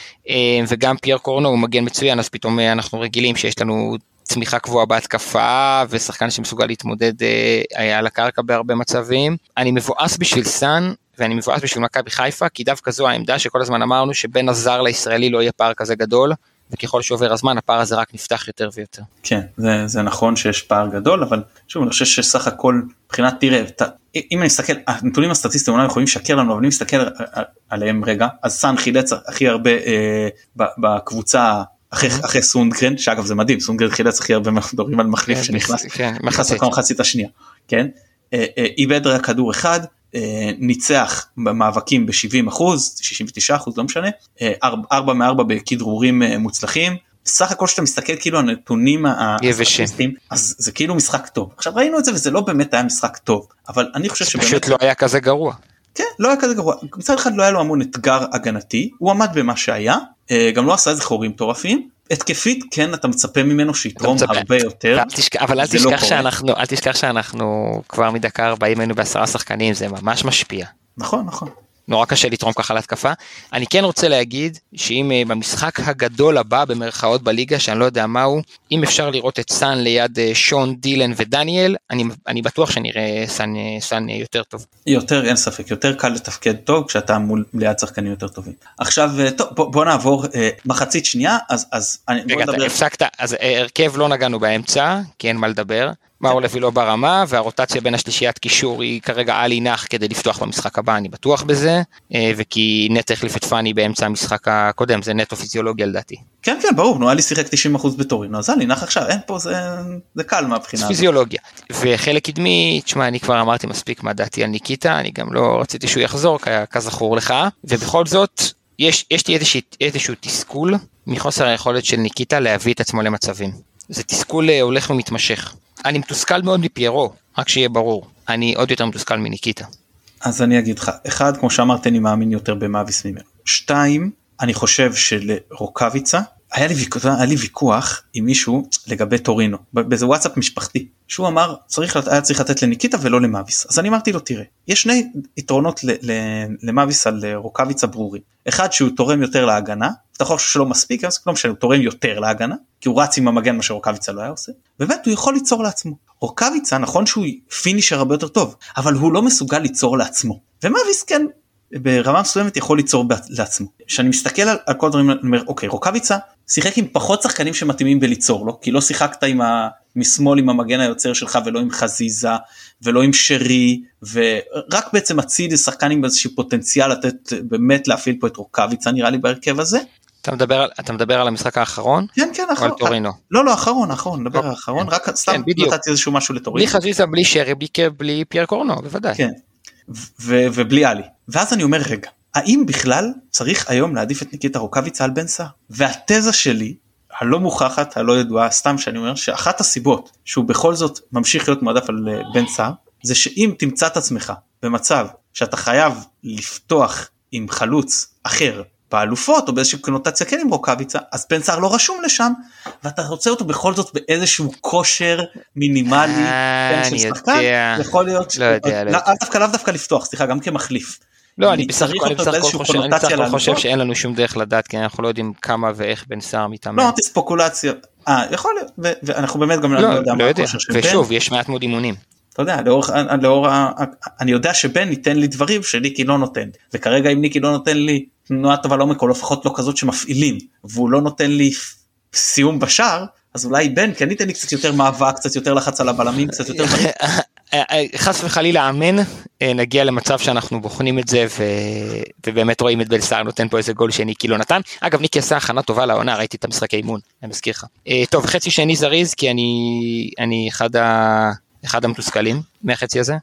וגם פייר קורנו הוא מגן מצוין, אז פתאום אנחנו רגילים שיש לנו צמיחה קבועה בהתקפה, ושחקן שמסוגל להתמודד היה על הקרקע בהרבה מצבים. אני מבואס בשביל סן, ואני מבואס בשביל מכבי חיפה, כי דווקא זו העמדה שכל הזמן אמרנו, שבין הזר לישראלי לא יהיה פער כזה גדול, וככל שעובר הזמן, הפער הזה רק נפתח יותר ויותר. כן, זה, זה נכון שיש פער גדול, אבל שוב, אני חושב שסך הכל, מבחינת, תראה, ת, אם אני מסתכל, הנתונים הסטטיסטיים אולי יכולים לשקר לנו, אבל אני מסתכל עליהם רגע, אז סן חילץ הכי הרבה אה, בקבוצה, אחרי, אחרי סונדגרן, שאגב זה מדהים, סונדגרן חילץ הכי הרבה מדברים על מחליף כן, שנכנס, כן, נכנס לכמה מחצית השנייה, כן? אה, אה, איבד רק כדור אחד, ניצח במאבקים ב-שבעים אחוז, שישים ותשעה אחוז, לא משנה, ארבע מארבע בכדרורים מוצלחים, סך הכל שאתה מסתכל כאילו הנתונים הסטטיסטיים, אז זה כאילו משחק טוב. עכשיו ראינו את זה וזה לא באמת היה משחק טוב, אבל אני חושב שבאמת... פשוט לא היה כזה גרוע. כן, לא היה כזה גרוע. מצד אחד לא היה לו המון אתגר הגנתי, הוא עמד במה שהיה, גם לא עשה איזה חורים מטורפים, התקפית, כן, אתה מצפה ממנו שיתרום הרבה יותר. אבל אל תשכח שאנחנו, אל תשכח שאנחנו כבר מדקה ארבעים היינו בעשרה שחקנים, זה ממש משפיע. נכון, נכון. נורא קשה לתרום ככה להתקפה. אני כן רוצה להגיד, שאם במשחק הגדול הבא במרכאות בליגה, שאני לא יודע מהו, אם אפשר לראות את סן ליד שון, דילן ודניאל, אני, אני בטוח שנראה סן, סן יותר טוב. יותר, אין ספק, יותר קל לתפקד טוב, כשאתה מול ליד שחקנים יותר טובים. עכשיו, טוב, בוא, בוא נעבור מחצית שנייה, אז, אז אני... רגע, אתה הפסקת, אז הרכב לא נגענו באמצע, כי אין מה לדבר. מאור לוי לא ברמה, והרוטציה בין השלישיית קישור היא כרגע עלי נח כדי לפתוח במשחק הבא, אני בטוח בזה, וכי נטו החליף את פני באמצע המשחק הקודם, זה נטו פיזיולוגיה לדעתי. כן, כן, ברור, נו, עלי שיחק תשעים אחוז בתורים, אז עלי נח עכשיו, אין פה, זה, זה קל מהבחינה. זה פיזיולוגיה, וחלק קדמי, תשמע, אני כבר אמרתי מספיק מה דעתי על ניקיטה, אני גם לא רציתי שהוא יחזור, כזכור לך, ובכל זאת, יש, יש לי איזשהו, איזשהו תסכול, מחוסר היכולת של ניקיטה להביא את עצמו למצבים. זה תסכול הולך ומתמשך. אני מתוסכל מאוד מפיירו, רק שיהיה ברור. אני עוד יותר מתוסכל מניקיטה. אז אני אגיד לך, אחד, כמו שאמרת, אני מאמין יותר במאביס ממנו. שתיים, אני חושב שלרוקביצה, היה לי ויכוח, היה לי ויכוח עם מישהו לגבי טורינו, באיזה וואטסאפ משפחתי, שהוא אמר, צריך, היה צריך לתת לניקיטה ולא למאביס. אז אני אמרתי לו, תראה, יש שני יתרונות למאביס על רוקביצה ברורים. אחד, שהוא תורם יותר להגנה, אתה חושב שלא מספיק, אז כלום שהוא תורם יותר להגנה, כי הוא רץ עם המגן מה שרוקביצה לא היה עושה, ובאמת הוא יכול ליצור לעצמו. רוקביצה, נכון שהוא פינישר הרבה יותר טוב, אבל הוא לא מסוגל ליצור לעצמו. ומאביס כן, ברמה מסוימת יכול ליצור לעצמו. כשאני מסתכל על, על כל הדברים, אני אומר, אוקיי, רוקביצה שיחק עם פחות שחקנים שמתאימים בליצור לו, כי לא שיחקת עם ה... משמאל עם המגן היוצר שלך, ולא עם חזיזה, ולא עם שרי, ורק בעצם הציד שחקן עם איזשהו פוטנציאל לתת, באמת להפעיל פה את רוקביצה, נראה לי בהרכב הזה. אתה מדבר, אתה מדבר על המשחק האחרון? כן, כן, האחרון. או על טורינו? לא, לא, האחרון, האחרון, נדבר על האחרון, רק סתם נתתי איזשהו משהו לטורינו. בלי חזיזה, בלי שרי, בלי פייר קורנו, בוודאי. כן, ובלי עלי. ואז אני אומר, רגע, האם בכלל צריך היום להעדיף את ניקיטה רוקביצה על בן סער? והתזה שלי, הלא מוכחת, הלא ידועה, סתם שאני אומר, שאחת הסיבות שהוא בכל זאת ממשיך להיות מועדף על בן סער, זה שאם תמצא את עצמך במצב שאתה חייב לפתוח עם חלוץ אחר באלופות, או באיזושהי קונוטציה כן עם רוקביצה, אז בן סער לא רשום לשם, ואתה רוצה אותו בכל זאת באיזשהו כושר מינימלי, אני יודע, יכול להיות, לאו דווקא לפתוח, סליחה, גם כמחליף. לא, אני בסך הכל חושב שאין לנו שום דרך לדעת, כי אנחנו לא יודעים כמה ואיך בן סער מתאמן. לא, אמרתי ספקולציה, אה, יכול להיות, ואנחנו באמת גם לא יודעים מה הכושר של בן. ושוב, יש מעט מאוד אימונים. אתה יודע, לאור, אני יודע שבן ניתן לי דברים שניקי לא נותן, וכרגע אם ניקי לא נותן לי תנועה טובה לא מקול, לפחות לא כזאת שמפעילים, והוא לא נותן לי סיום בשער, אז אולי בן, כן ניתן לי קצת יותר מאבק, קצת יותר לחץ על הבלמים, קצת יותר... חס וחלילה אמן, נגיע למצב שאנחנו בוחנים את זה, ובאמת רואים את בלסאר נותן פה איזה גול שני כאילו נתן. אגב, ניקי עשה הכנה טובה לעונה, ראיתי את המשחק האימון, אני מזכיר לך. טוב, חצי שני זריז, כי אני אחד המתוסכלים מהחצי הזה.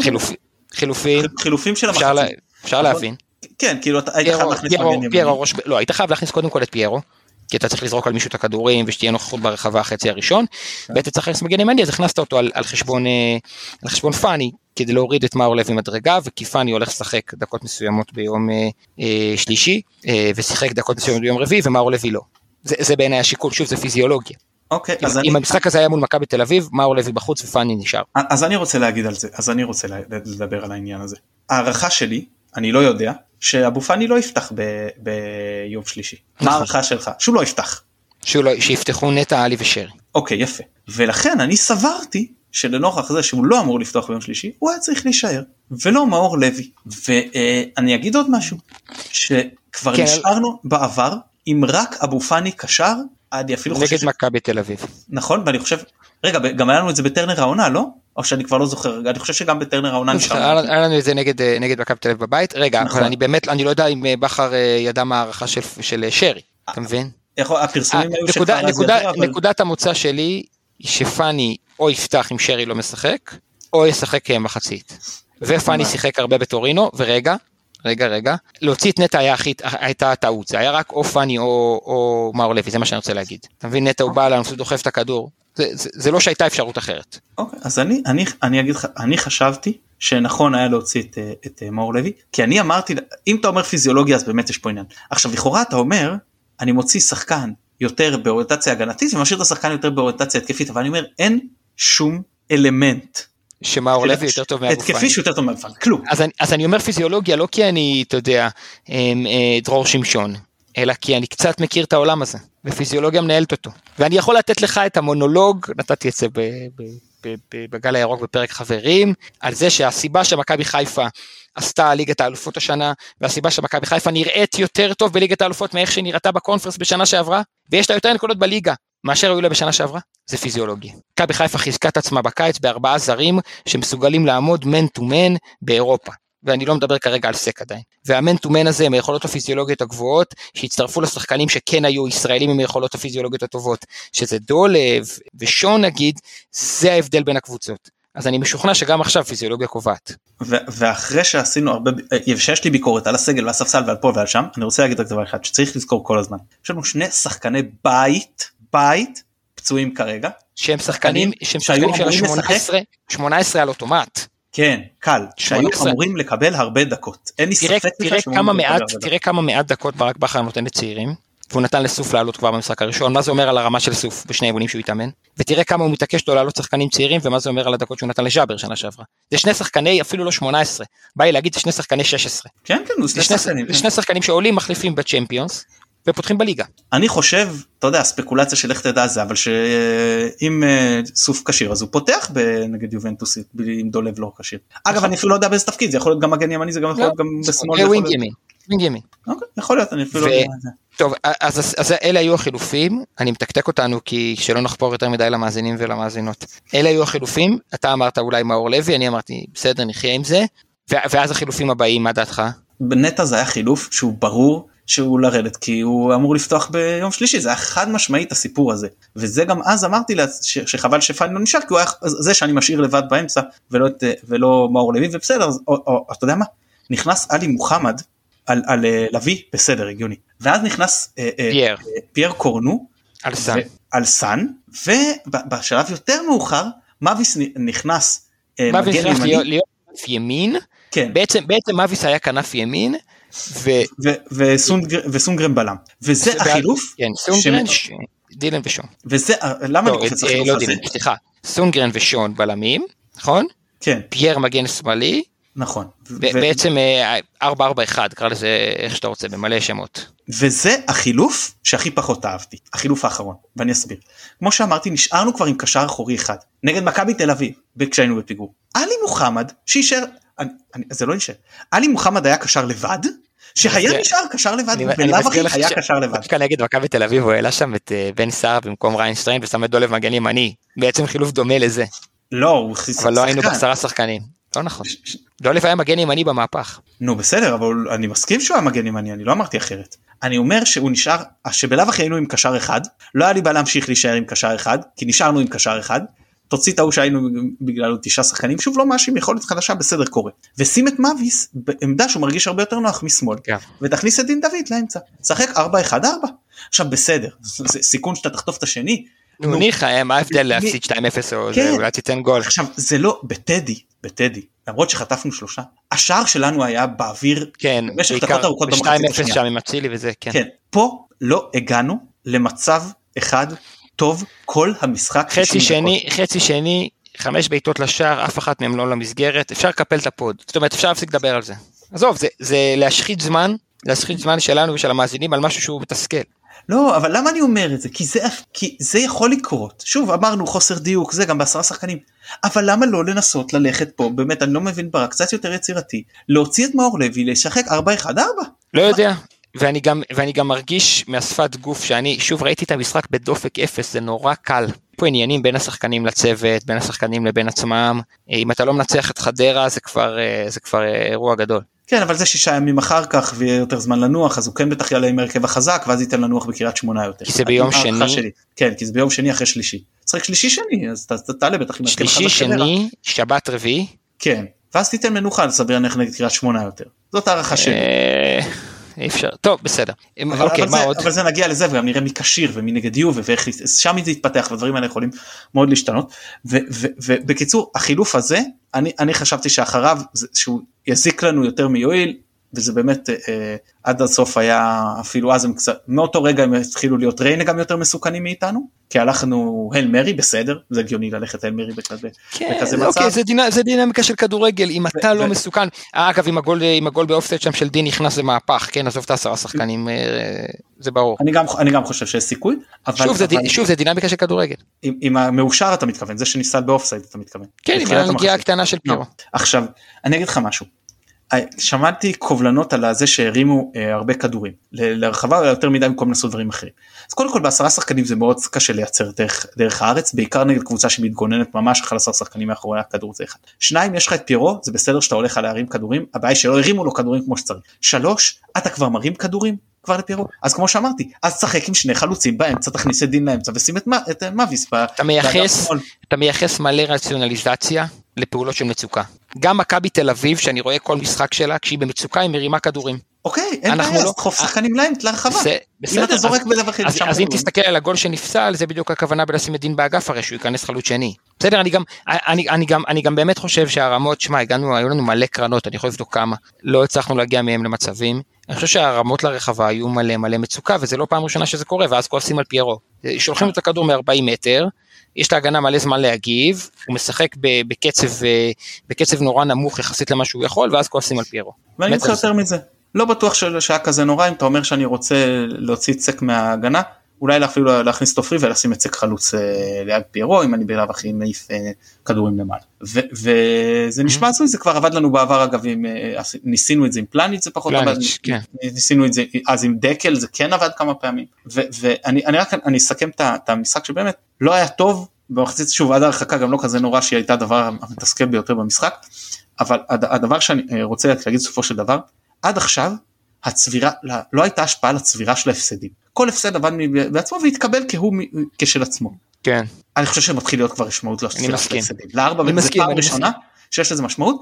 חילופים. חילופים של המחצית. אפשר להבין. כן, כאילו היית חייב להכניס מגן ימני. לא, היית חייב להכניס קודם כל את פיירו, כי אתה צריך לזרוק על מישהו את הכדורים, ושתהיה נוכחות ברחבה החצי הראשון, ואתה צריך להכניס מגן ימני, אז הכנסת אותו על, על חשבון, על חשבון פאני, כדי להוריד את מאור לוי מדרגה, וכי פאני הולך לשחק דקות מסוימות ביום אה, שלישי, אה, ושיחק דקות מסוימות ביום רביעי, ומאור לוי לא. זה, זה בעיניי השיקול, שוב, זה פיזיולוגיה. אוקיי, אם, אז אם אני... המשחק הזה היה מול מכבי בתל אביב, מאור לוי בחוץ ופאני נשאר. אז אני רוצה להגיד על זה, אז אני רוצה לדבר על העניין הזה. הערכה שלי, אני לא יודע, שאבו פאני לא יפתח ב- ביום שלישי. מה הערכה שלך? שהוא לא יפתח. שהוא לא, שיפתחו נטע, עלי ושרי. אוקיי, יפה. ולכן אני סברתי שלנוכח זה שהוא לא אמור לפתוח ביום שלישי, הוא היה צריך להישאר, ולא מאור לוי. ואני אגיד עוד משהו, שכבר כן. נשארנו בעבר, אם רק אבו פאני קשר, אני אפילו חושב... נגד מכבי בתל אביב. נכון, ואני חושב... רגע, גם היה לנו את זה בטרנר העונה, לא? או שאני כבר לא זוכר, אני חושב שגם בטרנר העונה נשאר. היה לנו את זה נגד מכבי בתל אביב בבית. רגע, אבל אני באמת, אני לא יודע אם בכר ידע מה הערכה של שרי, אתה מבין? הפרסומים היו שכבר אז ידע, אבל... נקודת המוצא שלי היא שפאני או יפתח אם שרי לא משחק, או ישחק מחצית. ופאני שיחק הרבה בטורינו, ורגע, רגע, רגע, להוציא את נטע היה הכי, הייתה טעות, זה היה רק או פאני או, או מאור לוי, זה מה שאני רוצה להגיד. אתה מבין, נטע הוא בא לנו, הוא דוחף את הכדור, זה, זה, זה לא שהייתה אפשרות אחרת. אוקיי, אז אני, אני, אני אגיד לך, אני חשבתי שנכון היה להוציא את, את מאור לוי, כי אני אמרתי, אם אתה אומר פיזיולוגיה, אז באמת יש פה עניין. עכשיו, לכאורה אתה אומר, אני מוציא שחקן יותר באוריינטציה הגנתית, ומשאיר את השחקן יותר באוריינטציה התקפית, אבל אני אומר, אין שום אלמנט. שמאור לוי יותר טוב מאבו פאני. התקפי שיותר טוב מאבו פאני, כלום. אז אני, אז אני אומר פיזיולוגיה, לא כי אני, אתה יודע, דרור שמשון, אלא כי אני קצת מכיר את העולם הזה, ופיזיולוגיה מנהלת אותו. ואני יכול לתת לך את המונולוג, נתתי את זה ב, ב, ב, ב, בגל הירוק בפרק חברים, על זה שהסיבה שמכבי חיפה עשתה ליגת האלופות השנה, והסיבה שמכבי חיפה נראית יותר טוב בליגת האלופות, מאיך שנראתה בקונפרנס בשנה שעברה, ויש לה יותר נקודות בליגה, מאשר היו לה בשנה שעברה, זה פיזיולוגיה. מכבי חיפה חיזקה את עצמה בקיץ בארבעה זרים, שמסוגלים לעמוד מן טו מן באירופה. ואני לא מדבר כרגע על סק עדיין. והמן טו מן הזה, עם היכולות הפיזיולוגיות הגבוהות, שהצטרפו לשחקנים שכן היו ישראלים עם היכולות הפיזיולוגיות הטובות, שזה דולב ושון נגיד, זה ההבדל בין הקבוצות. אז אני משוכנע שגם עכשיו פיזיולוגיה קובעת. ואחרי שעשינו הרבה, שיש לי ביקורת על הסגל והספסל ועל פה ועל שם, אני רוצה להגיד רק דבר אחד, שצריך לזכור כל הזמן. יש לנו שני שחקני בית, בית, פצועים כרגע. שהם שחקנים, שהם שחקנים של ה-שמונה עשרה על אוטומט. כן, קל, שהיו אמורים לקבל הרבה דקות. אין לי ספק תראה כמה מעט, תראה כמה מעט דקות ברק בכר נותן לצעירים, והוא נתן לסוף לעלות כבר במשחק הראשון, מה זה אומר על הרמה של סוף בשני אימונים שהוא יתאמן, ותראה כמה הוא מתעקש לו לעלות שחקנים צעירים, ומה זה אומר על הדקות שהוא נתן לג'אבר שנה שעברה. זה שני שחקני, אפילו לא שמונה עשרה, בא לי להגיד, זה שני שחקני שש עשרה. כן, כן, זה שני שחקנים. זה שני שחקנים שעולים, מחליפים בצ'מפיונס, ופותחים בליגה. אני חושב, אתה יודע, הספקולציה של איך תדע זה, אבל שאם סוף קשיר, אז הוא פותח נגד יובנטוס, עם דולב לא קשיר. אגב, אני אפילו לא יודע באיזה תפקיד, זה יכול להיות גם מגן ימני, זה גם יכול להיות גם בשמאל. ווינג ימין, ווינג ימין. אוקיי, יכול להיות, אני אפילו לא יודע את זה. טוב, אז, אז אלה היו החילופים, אני מתקתק אותנו כי שלא נחפור יותר מדי למאזינים ולמאזינות. אלה היו החילופים, אתה אמרת אולי מאור לוי, אני אמרתי בסדר נחיה עם זה, ואז החילופים הבאים, מה דעתך? בנטע זה היה חילוף שהוא ברור שהוא לרדת, כי הוא אמור לפתוח ביום שלישי, זה היה חד משמעית הסיפור הזה, וזה גם אז אמרתי לה שחבל שפאני לא נשאר, כי הוא היה זה שאני משאיר לבד באמצע, ולא, ולא מאור לוי, ובסדר, אז, או, או, אתה יודע מה? נכנס עלי מוחמד, על, על לוי, בסדר, הגיוני. ואז נכנס פייר, אה, פייר קורנו, על סן. על סן, ובשלב יותר מאוחר, מביס נכנס, אה, מביס נכנס להיות, להיות ימין, כן. בעצם, בעצם מביס היה כנף ימין, ו... ו- וסונגר, וסונגרן בלם. וזה החילוף, כן, סונגרן, ש... דילן ושון. וזה, למה לא, אני קופץ אה, החילוף לא הזה? דילן, סליחה, סונגרן ושון בלמים, נכון? כן. פייר מגן שמאלי, נכון. בעצם ארבע ארבע אחת, קרא לזה איך שאתה רוצה, במלא שמות. וזה החילוף שהכי פחות אהבתי, החילוף האחרון, ואני אסביר. כמו שאמרתי, נשארנו כבר עם קשר אחורי אחד, נגד מכבי תל אביב, כשהיינו בפיגור. עלי מוחמד, שישאר, אני, אני, זה לא יישאר, עלי מוחמד היה קשר לבד, שהיה נשאר קשר לבד, ולאו הכי היה קשר לבד. אני אגיד, מכבי תל אביב, הוא העלה שם את בן סער במקום ריינסטריין, ושם את דולב מגן ימני, בעצם חילוף דומה לזה. לא, הוא חיסר שחקן. אבל לא היינו בעשרה שחקנים. לא נכון. דולב היה מגן ימני במהפך. נו בסדר, אבל אני מסכים שהוא היה מגן ימני, אני לא אמרתי אחרת. אני אומר שהוא נשאר, שבלאו הכי היינו עם קשר אחד, לא היה לי בעיה להמשיך להישאר עם קשר אחד, כי נשארנו עם קשר אחד, תוציא את ההוא שהיינו בגלל תשעה שחקנים, שוב לא משהו עם יכולת חדשה, בסדר קורה. ושים את מאביס בעמדה שהוא מרגיש הרבה יותר נוח משמאל, ותכניס את דין דוד לאמצע, שחק ארבע אחד ארבע. עכשיו בסדר, זה סיכון שאתה תחטוף את השני. נו ניחא, מה ההבדל להפסיד שתיים אפס או אולי תיתן גול. עכשיו זה לא, בטדי, בטדי, למרות שחטפנו שלושה, השער שלנו היה באוויר, כן, בעיקר ב-שתיים אפס שם עם אצילי וזה, כן. כן, פה לא הגענו למצב אחד טוב כל המשחק. חצי שני, חצי שני, חמש בעיטות לשער, אף אחת מהם לא למסגרת, אפשר לקפל את הפוד, זאת אומרת אפשר להפסיק לדבר על זה. עזוב, זה, זה להשחית זמן, להשחית זמן שלנו ושל המאזינים על משהו שהוא מתסכל. לא, אבל למה אני אומר את זה? כי זה, כי זה יכול לקרות. שוב, אמרנו חוסר דיוק, זה גם בעשרה שחקנים. אבל למה לא לנסות ללכת פה, באמת, אני לא מבין ברק, קצת יותר יצירתי, להוציא את מאור לוי, לשחק ארבע אחד ארבע. לא יודע. ואני גם, ואני גם מרגיש מהשפת גוף שאני שוב ראיתי את המשחק בדופק אפס, זה נורא קל. פה עניינים בין השחקנים לצוות, בין השחקנים לבין עצמם. אם אתה לא מנצח את חדרה, זה כבר, זה כבר אירוע גדול. כן, אבל זה שישה ימים אחר כך, ויהיה יותר זמן לנוח, אז הוא כן בטח יעלה עם הרכב החזק, ואז ייתן לנוח בקריית שמונה יותר. כי זה ביום שני. כן, כי זה ביום שני אחרי שלישי. צריך שלישי שני, אז אתה תעלה בטח עם הרכב החזק. שלישי שני, שבת רביעי. כן, ואז תיתן מנוחה, לסביר נלך נגד קריית שמונה יותר. זאת הערכה שלי. אי אפשר, טוב בסדר. אבל, אוקיי, אבל, מה זה, עוד? אבל זה נגיע לזה וגם נראה מי קשיר ומי נגד יובה ואיך שם זה יתפתח והדברים האלה יכולים מאוד להשתנות ובקיצור החילוף הזה אני, אני חשבתי שאחריו שהוא יזיק לנו יותר מיועיל וזה באמת אה, עד הסוף היה אפילו אז הם קצת מאותו רגע הם התחילו להיות ריינה גם יותר מסוכנים מאיתנו כי הלכנו הל מרי בסדר זה הגיוני ללכת הל מרי בכזה, כן, בכזה מצב. אוקיי, זה, דינה, זה דינמיקה של כדורגל אם ו- אתה ו- לא ו- מסוכן אגב עם הגול, עם הגול באופסייד שם של דין נכנס למהפך כן עזוב את העשרה שחקנים זה ברור אני גם, אני גם חושב שיש סיכוי אבל, שוב, זה, אבל, שוב זה דינמיקה של כדורגל עם, עם המאושר אתה מתכוון זה שניסה באופסייד אתה מתכוון כן עם הנגיעה הקטנה של פירו עכשיו אני אגיד לך משהו שמעתי קובלנות על זה שהרימו אה, הרבה כדורים, לרחבה יותר מדי במקום לעשות דברים אחרים. אז קודם כל בעשרה שחקנים זה מאוד קשה לייצר דרך, דרך הארץ, בעיקר נגד קבוצה שמתגוננת ממש אחרי עשרה שחקנים מאחורי הכדור זה אחד. שניים, יש לך את פירו, זה בסדר שאתה הולך על להרים כדורים, הבעיה שלא הרימו לו כדורים כמו שצריך. שלוש, אתה כבר מרים כדורים כבר לפירו, אז כמו שאמרתי, אז צחק עם שני חלוצים באמצע, תכניס את דין לאמצע ושים את, את מאביס. אתה מייחס, אתה מייחס מלא רציונליזציה לפעולות של מצוקה. גם מכבי תל אביב, שאני רואה כל משחק שלה, כשהיא במצוקה היא מרימה כדורים. אוקיי, אין בעיה, אז תחוף שחקנים להם לרחבה. אם אתה זורק בלב אחרי שם. אז אם תסתכל על הגול שנפסל, זה בדיוק הכוונה בלשים את דין באגף, הרי שהוא ייכנס חלוץ שני. בסדר, אני גם, אני, אני גם, אני גם באמת חושב שהרמות, שמה, הגענו, היו לנו מלא קרנות, אני יכול לבדוק כמה, לא הצלחנו להגיע מהם למצבים. אני חושב שהרמות לרחבה היו מלא מלא מצוקה, וזה לא פעם ראשונה שזה קורה, ואז כועסים על פיירו. שולחים את הכדור מ-ארבעים מטר, יש להגנה מלא זמן להגיב, הוא משחק בקצב, בקצב נורא נמוך יחסית למה שהוא יכול, ואז כועסים על פיירו. ואני אתחיל יותר מזה. לא בטוח שהיה כזה נורא, אם אתה אומר שאני רוצה להוציא צק מההגנה, אולי אפילו להכניס תופרי ולשים את צק חלוץ ליד פיירו, אם אני בלב הכי מעיף כדורים למעלה. וזה נשמע עצמי, זה כבר עבד לנו בעבר, אגב, ניסינו את זה עם פלניץ', זה פחות עבד, ניסינו את זה, אז עם דקל, זה כן עבד כמה פעמים, ואני רק, אני אסכם את המשחק שבאמת לא היה טוב, במחצית שוב עד הרחקה גם לא כזה נורא, שהיא הייתה הדבר המתסכל ביותר במשחק, אבל הדבר שאני רוצה להגיד סופו של דבר, עד עכשיו, הצבירה, לא הייתה השפעה על הצבירה של ההפסדים. כל הפסד עבד בעצמו והתקבל כהוא כשל עצמו. כן. אני חושב שמתחיל להיות כבר משמעות לצבירה של ההפסדים. לארבע, וזה פעם ראשונה שיש לזה משמעות,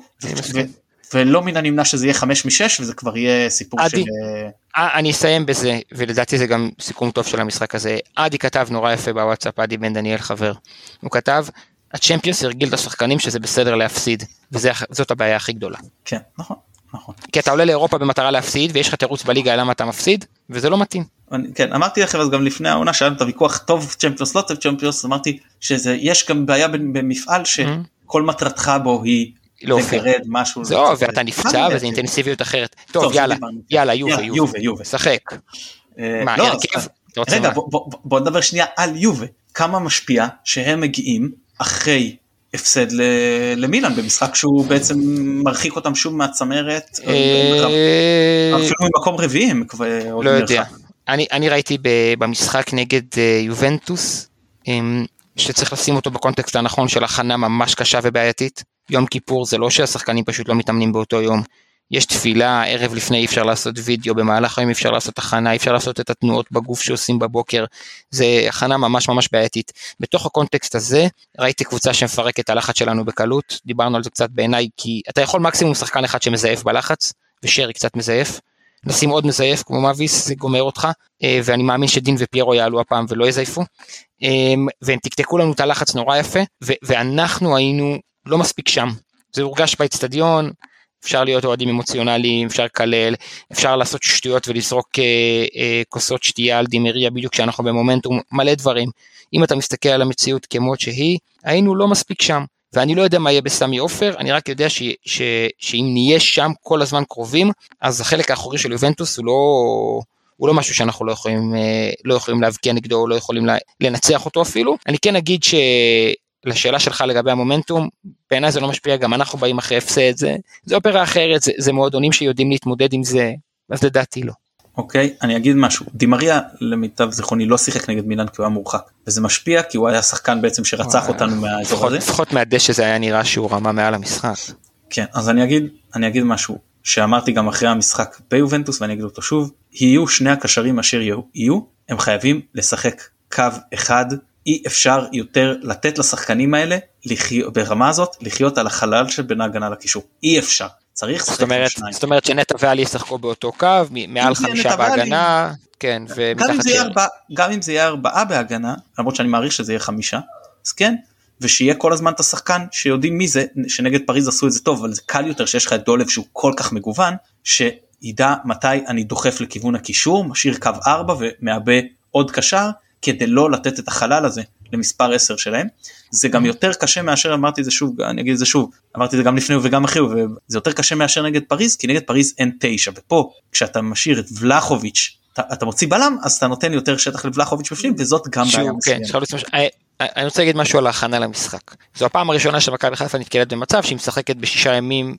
ולא מן הנמנע שזה יהיה חמש משש, וזה כבר יהיה סיפור של... אני אסיים בזה, ולדעתי זה גם סיכום טוב של המשחק הזה. עדי כתב נורא יפה בוואטסאפ, עדי בן דניאל חבר. הוא כתב, הצ'מפיונס הרגיל את השחקנים שזה בסדר להפסיד, וזאת הבעיה הכי גדולה. כן, נכון. נכון. כי אתה עולה לאירופה במטרה להפסיד, ויש לך תירוץ בליגה למה אתה מפסיד, וזה לא מתאים. כן, אמרתי לכם אז גם לפני העונה, שהיה את הוויכוח טוב צ'מפיונס, לא טוב צ'מפיונס, אמרתי שיש גם בעיה במפעל שכל מטרתך בו היא לגרד משהו. זהו, ואתה נפצע, וזה אינטנסיביות אחרת. טוב, יאללה, יאללה, יובה, יובה, יובה. שחק. מה, ירכב? רגע, בוא נדבר שנייה על יובה. כמה משפיע שהם מגיעים אחרי הפסד למילאן, במשחק שהוא בעצם מרחיק אותם שוב מהצמרת, אפילו ממקום רביעי. לא יודע, אני ראיתי במשחק נגד יובנטוס, שצריך לשים אותו בקונטקסט הנכון של הכנה ממש קשה ובעייתית. יום כיפור זה לא שהשחקנים פשוט לא מתאמנים באותו יום, יש תפילה, ערב לפני אי אפשר לעשות וידאו, במהלך היום אי אפשר לעשות הכנה, אי אפשר לעשות את התנועות בגוף שעושים בבוקר, זה הכנה ממש ממש בעייתית. בתוך הקונטקסט הזה, ראיתי קבוצה שמפרקת את הלחץ שלנו בקלות, דיברנו על זה קצת בעיניי, כי אתה יכול מקסימום שחקן אחד שמזייף בלחץ, ושרי קצת מזייף, נשים עוד מזייף כמו מאביס, זה גומר אותך, ואני מאמין שדין ופיירו יעלו הפעם ולא יזייפו, והם תקתקו לנו את הלחץ נורא יפה, ואנחנו היינו לא מספיק שם, זה הורגש באצטדיון, אפשר להיות אוהדים אמוציונליים, אפשר לקלל, אפשר לעשות שטויות ולזרוק אה, אה, כוסות שתייה על דימריה, בדיוק כשאנחנו במומנטום, מלא דברים. אם אתה מסתכל על המציאות כמות שהיא, היינו לא מספיק שם, ואני לא יודע מה יהיה בסמי עופר, אני רק יודע ש, ש, שאם נהיה שם כל הזמן קרובים, אז החלק האחורי של יובנטוס הוא לא, הוא לא משהו שאנחנו לא יכולים, לא יכולים להבקיע נגדו, או לא יכולים לנצח אותו אפילו. אני כן אגיד ש... לשאלה שלך לגבי המומנטום, בעיניי זה לא משפיע, גם אנחנו באים אחרי הפסד, זה, זה אופרה אחרת, זה, זה מועדונים שיודעים להתמודד עם זה, אז לדעתי לא. אוקיי, אני אגיד משהו, דימריה למיטב זיכרוני לא שיחק נגד מילאן כי הוא היה מורחק, וזה משפיע כי הוא היה שחקן בעצם שרצח אותנו מהאזור הזה. לפחות מהדשא זה היה נראה שהוא רמה מעל המשחק. כן, אז אני אגיד, אני אגיד משהו, שאמרתי גם אחרי המשחק ביובנטוס, ואני אגיד אותו שוב, יהיו שני הקשרים אשר יהיו, הם חייבים לשחק קו אחד, אי אפשר יותר לתת לשחקנים האלה לחיות, ברמה הזאת לחיות על החלל שבין ההגנה לקישור, אי אפשר, צריך לשחק שניים. זאת אומרת שנטע ואלי ישחקו באותו קו, מעל חמישה בהגנה, כן, ומתחת שרי. גם אם זה יהיה ארבעה בהגנה, למרות שאני מעריך שזה יהיה חמישה, אז כן, ושיהיה כל הזמן את השחקן שיודעים מי זה, שנגד פריז עשו את זה טוב, אבל זה קל יותר שיש לך את דולב שהוא כל כך מגוון, שידע מתי אני דוחף לכיוון הקישור, משאיר קו ארבע ומאבא עוד קשר, כדי לא לתת את החלל הזה למספר עשר שלהם. זה גם יותר קשה מאשר, אמרתי את זה שוב, אני אגיד את זה שוב, אמרתי את זה גם לפני וגם אחרי, וזה יותר קשה מאשר נגד פריז, כי נגד פריז אין תשע, ופה כשאתה משאיר את ולחוביץ', אתה, אתה מוציא בלם, אז אתה נותן יותר שטח לוולחוביץ' בפנים, וזאת גם בעיה מסוימת. אני רוצה להגיד משהו על ההכנה למשחק. זו הפעם הראשונה שמכבי חיפה נתקלת במצב שהיא משחקת בשישה ימים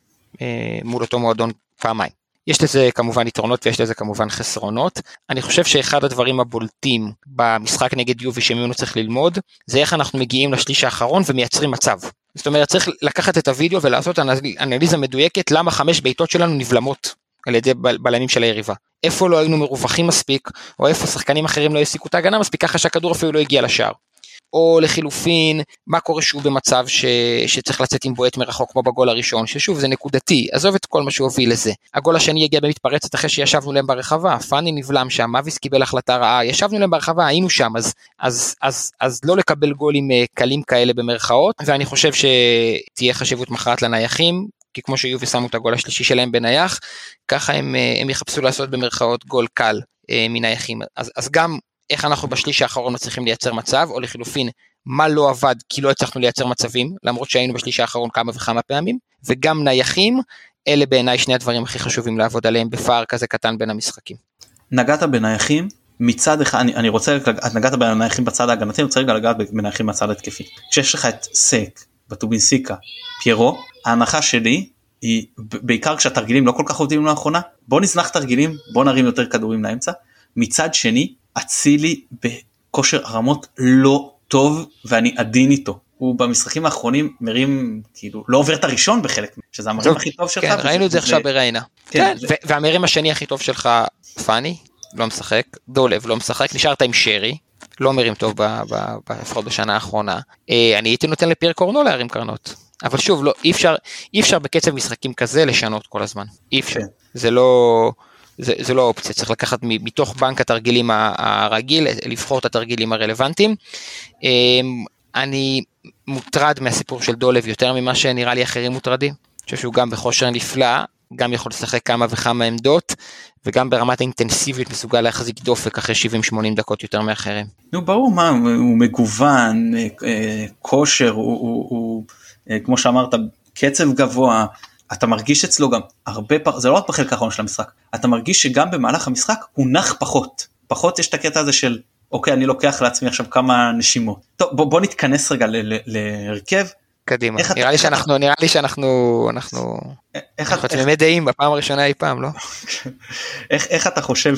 מול אותו מועדון פעמיים. יש לזה כמובן יתרונות ויש לזה כמובן חסרונות. אני חושב שאחד הדברים הבולטים במשחק נגד יובי שממנו צריך ללמוד, זה איך אנחנו מגיעים לשליש האחרון ומייצרים מצב. זאת אומרת, צריך לקחת את הוידאו ולעשות אנליזה מדויקת למה חמש בעיטות שלנו נבלמות על ידי בלמים של היריבה. איפה לא היינו מרווחים מספיק, או איפה שחקנים אחרים לא יסיקו את ההגנה מספיק, ככה שהכדור אפילו לא הגיע לשער. או לחילופין, מה קורה שוב במצב ש... שצריך לצאת עם בועט מרחוק כמו בגול הראשון, ששוב זה נקודתי, עזוב את כל מה שהוביל לזה. הגול השני הגיע במתפרצת אחרי שישבנו להם ברחבה, פאני נבלם שם, מאביס קיבל החלטה רעה, ישבנו להם ברחבה, היינו שם, אז, אז, אז, אז לא לקבל גולים קלים כאלה במרכאות, ואני חושב שתהיה חשיבות מכרעת לנייחים, כי כמו שיובי שמו את הגול השלישי שלהם בנייח, ככה הם, הם יחפשו לעשות במרכאות גול קל מנייחים. אז, אז גם איך אנחנו בשליש האחרון מצליחים לייצר מצב, או לחילופין, מה לא עבד, כי לא הצלחנו לייצר מצבים, למרות שהיינו בשליש האחרון כמה וכמה פעמים, וגם נייחים, אלה בעיניי שני הדברים הכי חשובים לעבוד עליהם, בפער כזה קטן בין המשחקים. נגעת בנייחים, מצד אחד, אני, אני רוצה, את נגעת בנייחים בצד ההגנתי, אני רוצה רגע לגעת בנייחים בצד התקפי. כשיש לך את סק, בטובינסיקה, פיירו, ההנחה שלי, היא בעיקר כשהתרגילים לא כל כך עובדים לאחרונה, בוא נזנח תרגילים, בוא נרים יותר כדורים לאמצע, מצד שני, אצילי בכושר הרמות לא טוב, ואני עדין איתו. הוא במשחקים האחרונים מרים, כאילו, לא עובר את הראשון בחלק, שזה המרים הכי טוב שלך. כן, ראינו את זה עכשיו בריינה. כן, והמרים השני הכי טוב שלך, פאני, לא משחק, דולב לא משחק, נשארת עם שרי, לא מרים טוב לפחות בשנה האחרונה. אני הייתי נותן לפיר קורנו להרים קרנות. אבל שוב, אי אפשר, אי אפשר בקצב משחקים כזה לשנות כל הזמן. אי אפשר. זה לא... זה, זה לא אופציה, צריך לקחת מתוך בנק התרגילים הרגיל, לבחור את התרגילים הרלוונטיים. אני מוטרד מהסיפור של דולב יותר ממה שנראה לי אחרים מוטרדים, אני חושב שהוא גם בכושר נפלא, גם יכול לשחק כמה וכמה עמדות, וגם ברמת האינטנסיביות מסוגל להחזיק דופק אחרי שבעים שמונים דקות יותר מאחרים. נו, ברור מה, הוא מגוון, כושר, הוא, הוא, הוא, כמו שאמרת, קצב גבוה, אתה מרגיש אצלו גם הרבה פח, זה לא רק בחלק האחרון של המשחק, אתה מרגיש שגם במהלך המשחק הוא נח פחות, פחות יש את הקטע הזה של, אוקיי, אני לוקח לעצמי עכשיו כמה נשימות. טוב, בוא, בוא נתכנס רגע ל- ל- להרכב, קדימה, נראה לי שאנחנו, נראה לי שאנחנו, אנחנו, אנחנו תמימי דעים בפעם הראשונה אי פעם, לא? איך אתה חושב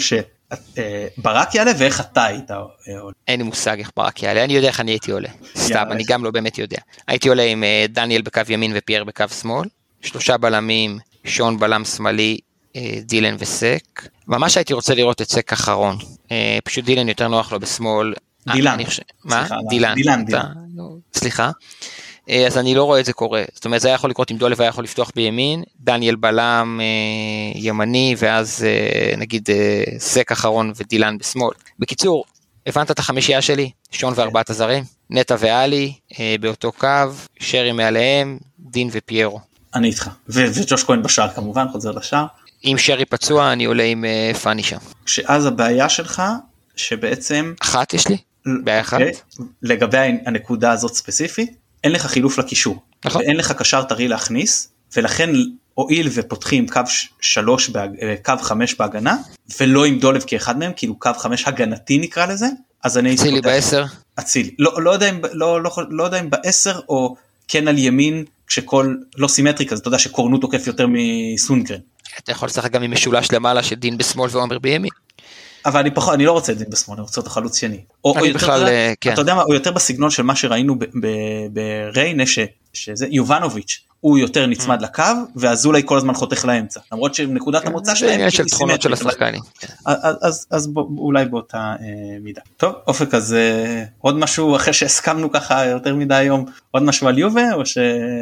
שברק יעלה ואיך אתה היית עולה? אין לי מושג איך ברק יעלה, אני יודע איך אני הייתי עולה, סתם, אני גם לא באמת יודע. הייתי עולה עם דניאל בקו ימין ופייר בקו שמאל, שלושה בלמים, שון בלם שמאלי, דילן וסק, ממש הייתי רוצה לראות את סק אחרון, פשוט דילן יותר נוח לו בשמאל, דילן, מה? דילן, סליחה, אז אני לא רואה את זה קורה, זאת אומרת זה היה יכול לקרות עם דולב, היה יכול לפתוח בימין, דניאל בלם ימני, ואז נגיד סק אחרון ודילן בשמאל. בקיצור, הבנת את החמישייה שלי, שון וארבעת הזרים, נטה ואלי באותו קו, שרי מעליהם, דין ופיירו. אני איתך, וג'וש כהן בשער כמובן, חוזר לשער. אם שרי פצוע, אני עולה עם פני שם. שאז הבעיה שלך, שבעצם... אחת יש לי? בעיה אחת? לגבי הנקודה הזאת ספציפית, אין לך חילוף לקישור. נכון. ואין לך קשר טרי להכניס, ולכן הועיל ופותחים קו שלוש, קו חמש בהגנה, ולא עם דולב כאחד מהם, כאילו קו חמש הגנתי נקרא לזה, אז אני... אצילי בעשר? אצילי. לא, לא יודע אם, לא, לא, לא יודע אם בעשר, או כן על ימין, כשכל, לא סימטריקה, אז אתה יודע שקורנו תוקף יותר מסונגרן. אתה יכול לשחק גם עם משולש למעלה, שדין בשמאל ועומר בימין. אבל אני פחות, אני לא רוצה את דין בשמאל, אני רוצה את החלוץ שני. או, אני או בכלל, יותר, כן. אתה יודע מה, הוא יותר בסגנון של מה שראינו בריינה, שזה יובנוביץ', הוא יותר נצמד לקו, ואזולאי כל הזמן חותך לאמצע. למרות שנקודת המוצא שלהם, זה עניין של תכונות של השחקנים. אז אולי באותה מידה. טוב, אופק, אז עוד משהו אחרי שהסכמנו ככה יותר מדי היום, עוד משהו על יובה, או ש...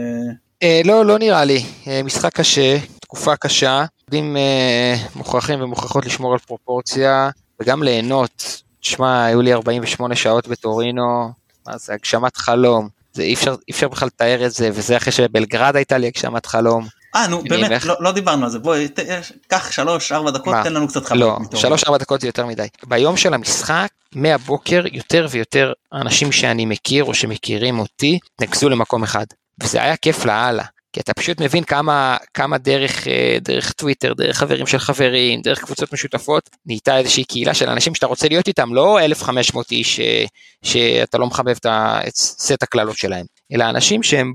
לא, לא נראה לי. משחק קשה, תקופה קשה, עובדים מוכרחים ומוכרחות לשמור על פרופורציה, וגם ליהנות. תשמע, היו לי ארבעים ושמונה שעות בטורינו, מה זה, הגשמת חלום. זה אי אפשר, אי אפשר בכלל לתאר את זה, וזה אחרי שבלגרד הייתה לי הגשמת חלום. אה, נו, באמת, לא, לא דיברנו על זה, בואי, קח שלוש, ארבע דקות, תן לנו קצת חלום. לא, שלוש, ארבע דקות זה יותר מדי. ביום של המשחק, מהבוקר, יותר ויותר אנשים שאני מכיר, או שמכירים אותי, נגזו למקום אחד. וזה היה כיף להעלה. כי אתה פשוט מבין כמה, כמה דרך, דרך טוויטר, דרך חברים של חברים, דרך קבוצות משותפות, נהייתה איזושהי קהילה של אנשים שאתה רוצה להיות איתם, לא אלף וחמש מאות איש שאתה לא מחבב את סט הכללות שלהם, אלא אנשים שהם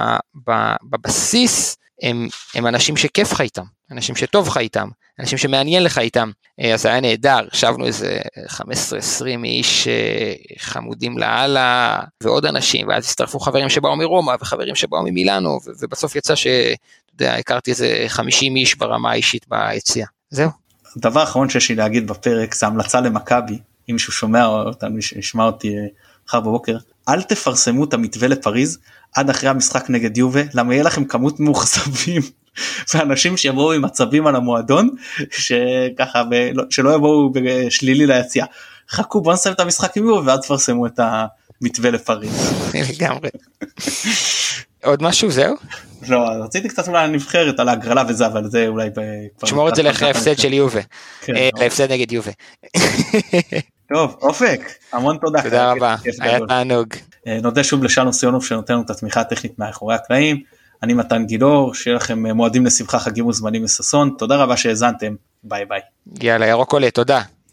בבסיס, הם, הם אנשים שכיף לך איתם, אנשים שטוב לך איתם, אנשים שמעניין לך איתם, אז היה נהדר, שבנו איזה חמש עשרה עשרים איש חמודים לעלה, ועוד אנשים, ואז הצטרפו חברים שבאו מרומא, וחברים שבאו ממילאנו, ובסוף יצא שאתה יודע, הכרתי איזה חמישים איש ברמה האישית ביציאה, זהו. הדבר האחרון שיש לי להגיד בפרק, זה המלצה למכבי, אם מישהו שומע אותנו, נשמע אותי אחר בבוקר, אל תפרסמו את המתווה לפריז, עד אחרי המשחק נגד יובה, למה יהיה לכם כמות מאוכזבים, ואנשים שיבואו עם מצבים על המועדון, שככה, שלא יבואו בשלילי ליציאה. חכו, בואו נסיים את המשחק עם יובה, ואז תפרסמו את המתווה לפריז. לגמרי. עוד משהו, זהו? לא, רציתי קצת אולי נבחרת על ההגרלה וזה, אבל זה אולי... תשמור את זה לאחרי ההפסד של יובה. להפסד נגד יובה. טוב, אופק, המון תודה. תודה רבה, היה תענוג. נודה שוב לשלום סיונוב שנותן לנו את התמיכה הטכנית מאחורי הקלעים. אני מתן גילאור, שיהיה לכם מועדים לשמחה, חגים וזמנים וששון. תודה רבה שהאזנתם, ביי ביי. יאללה, ירוק עולה, תודה.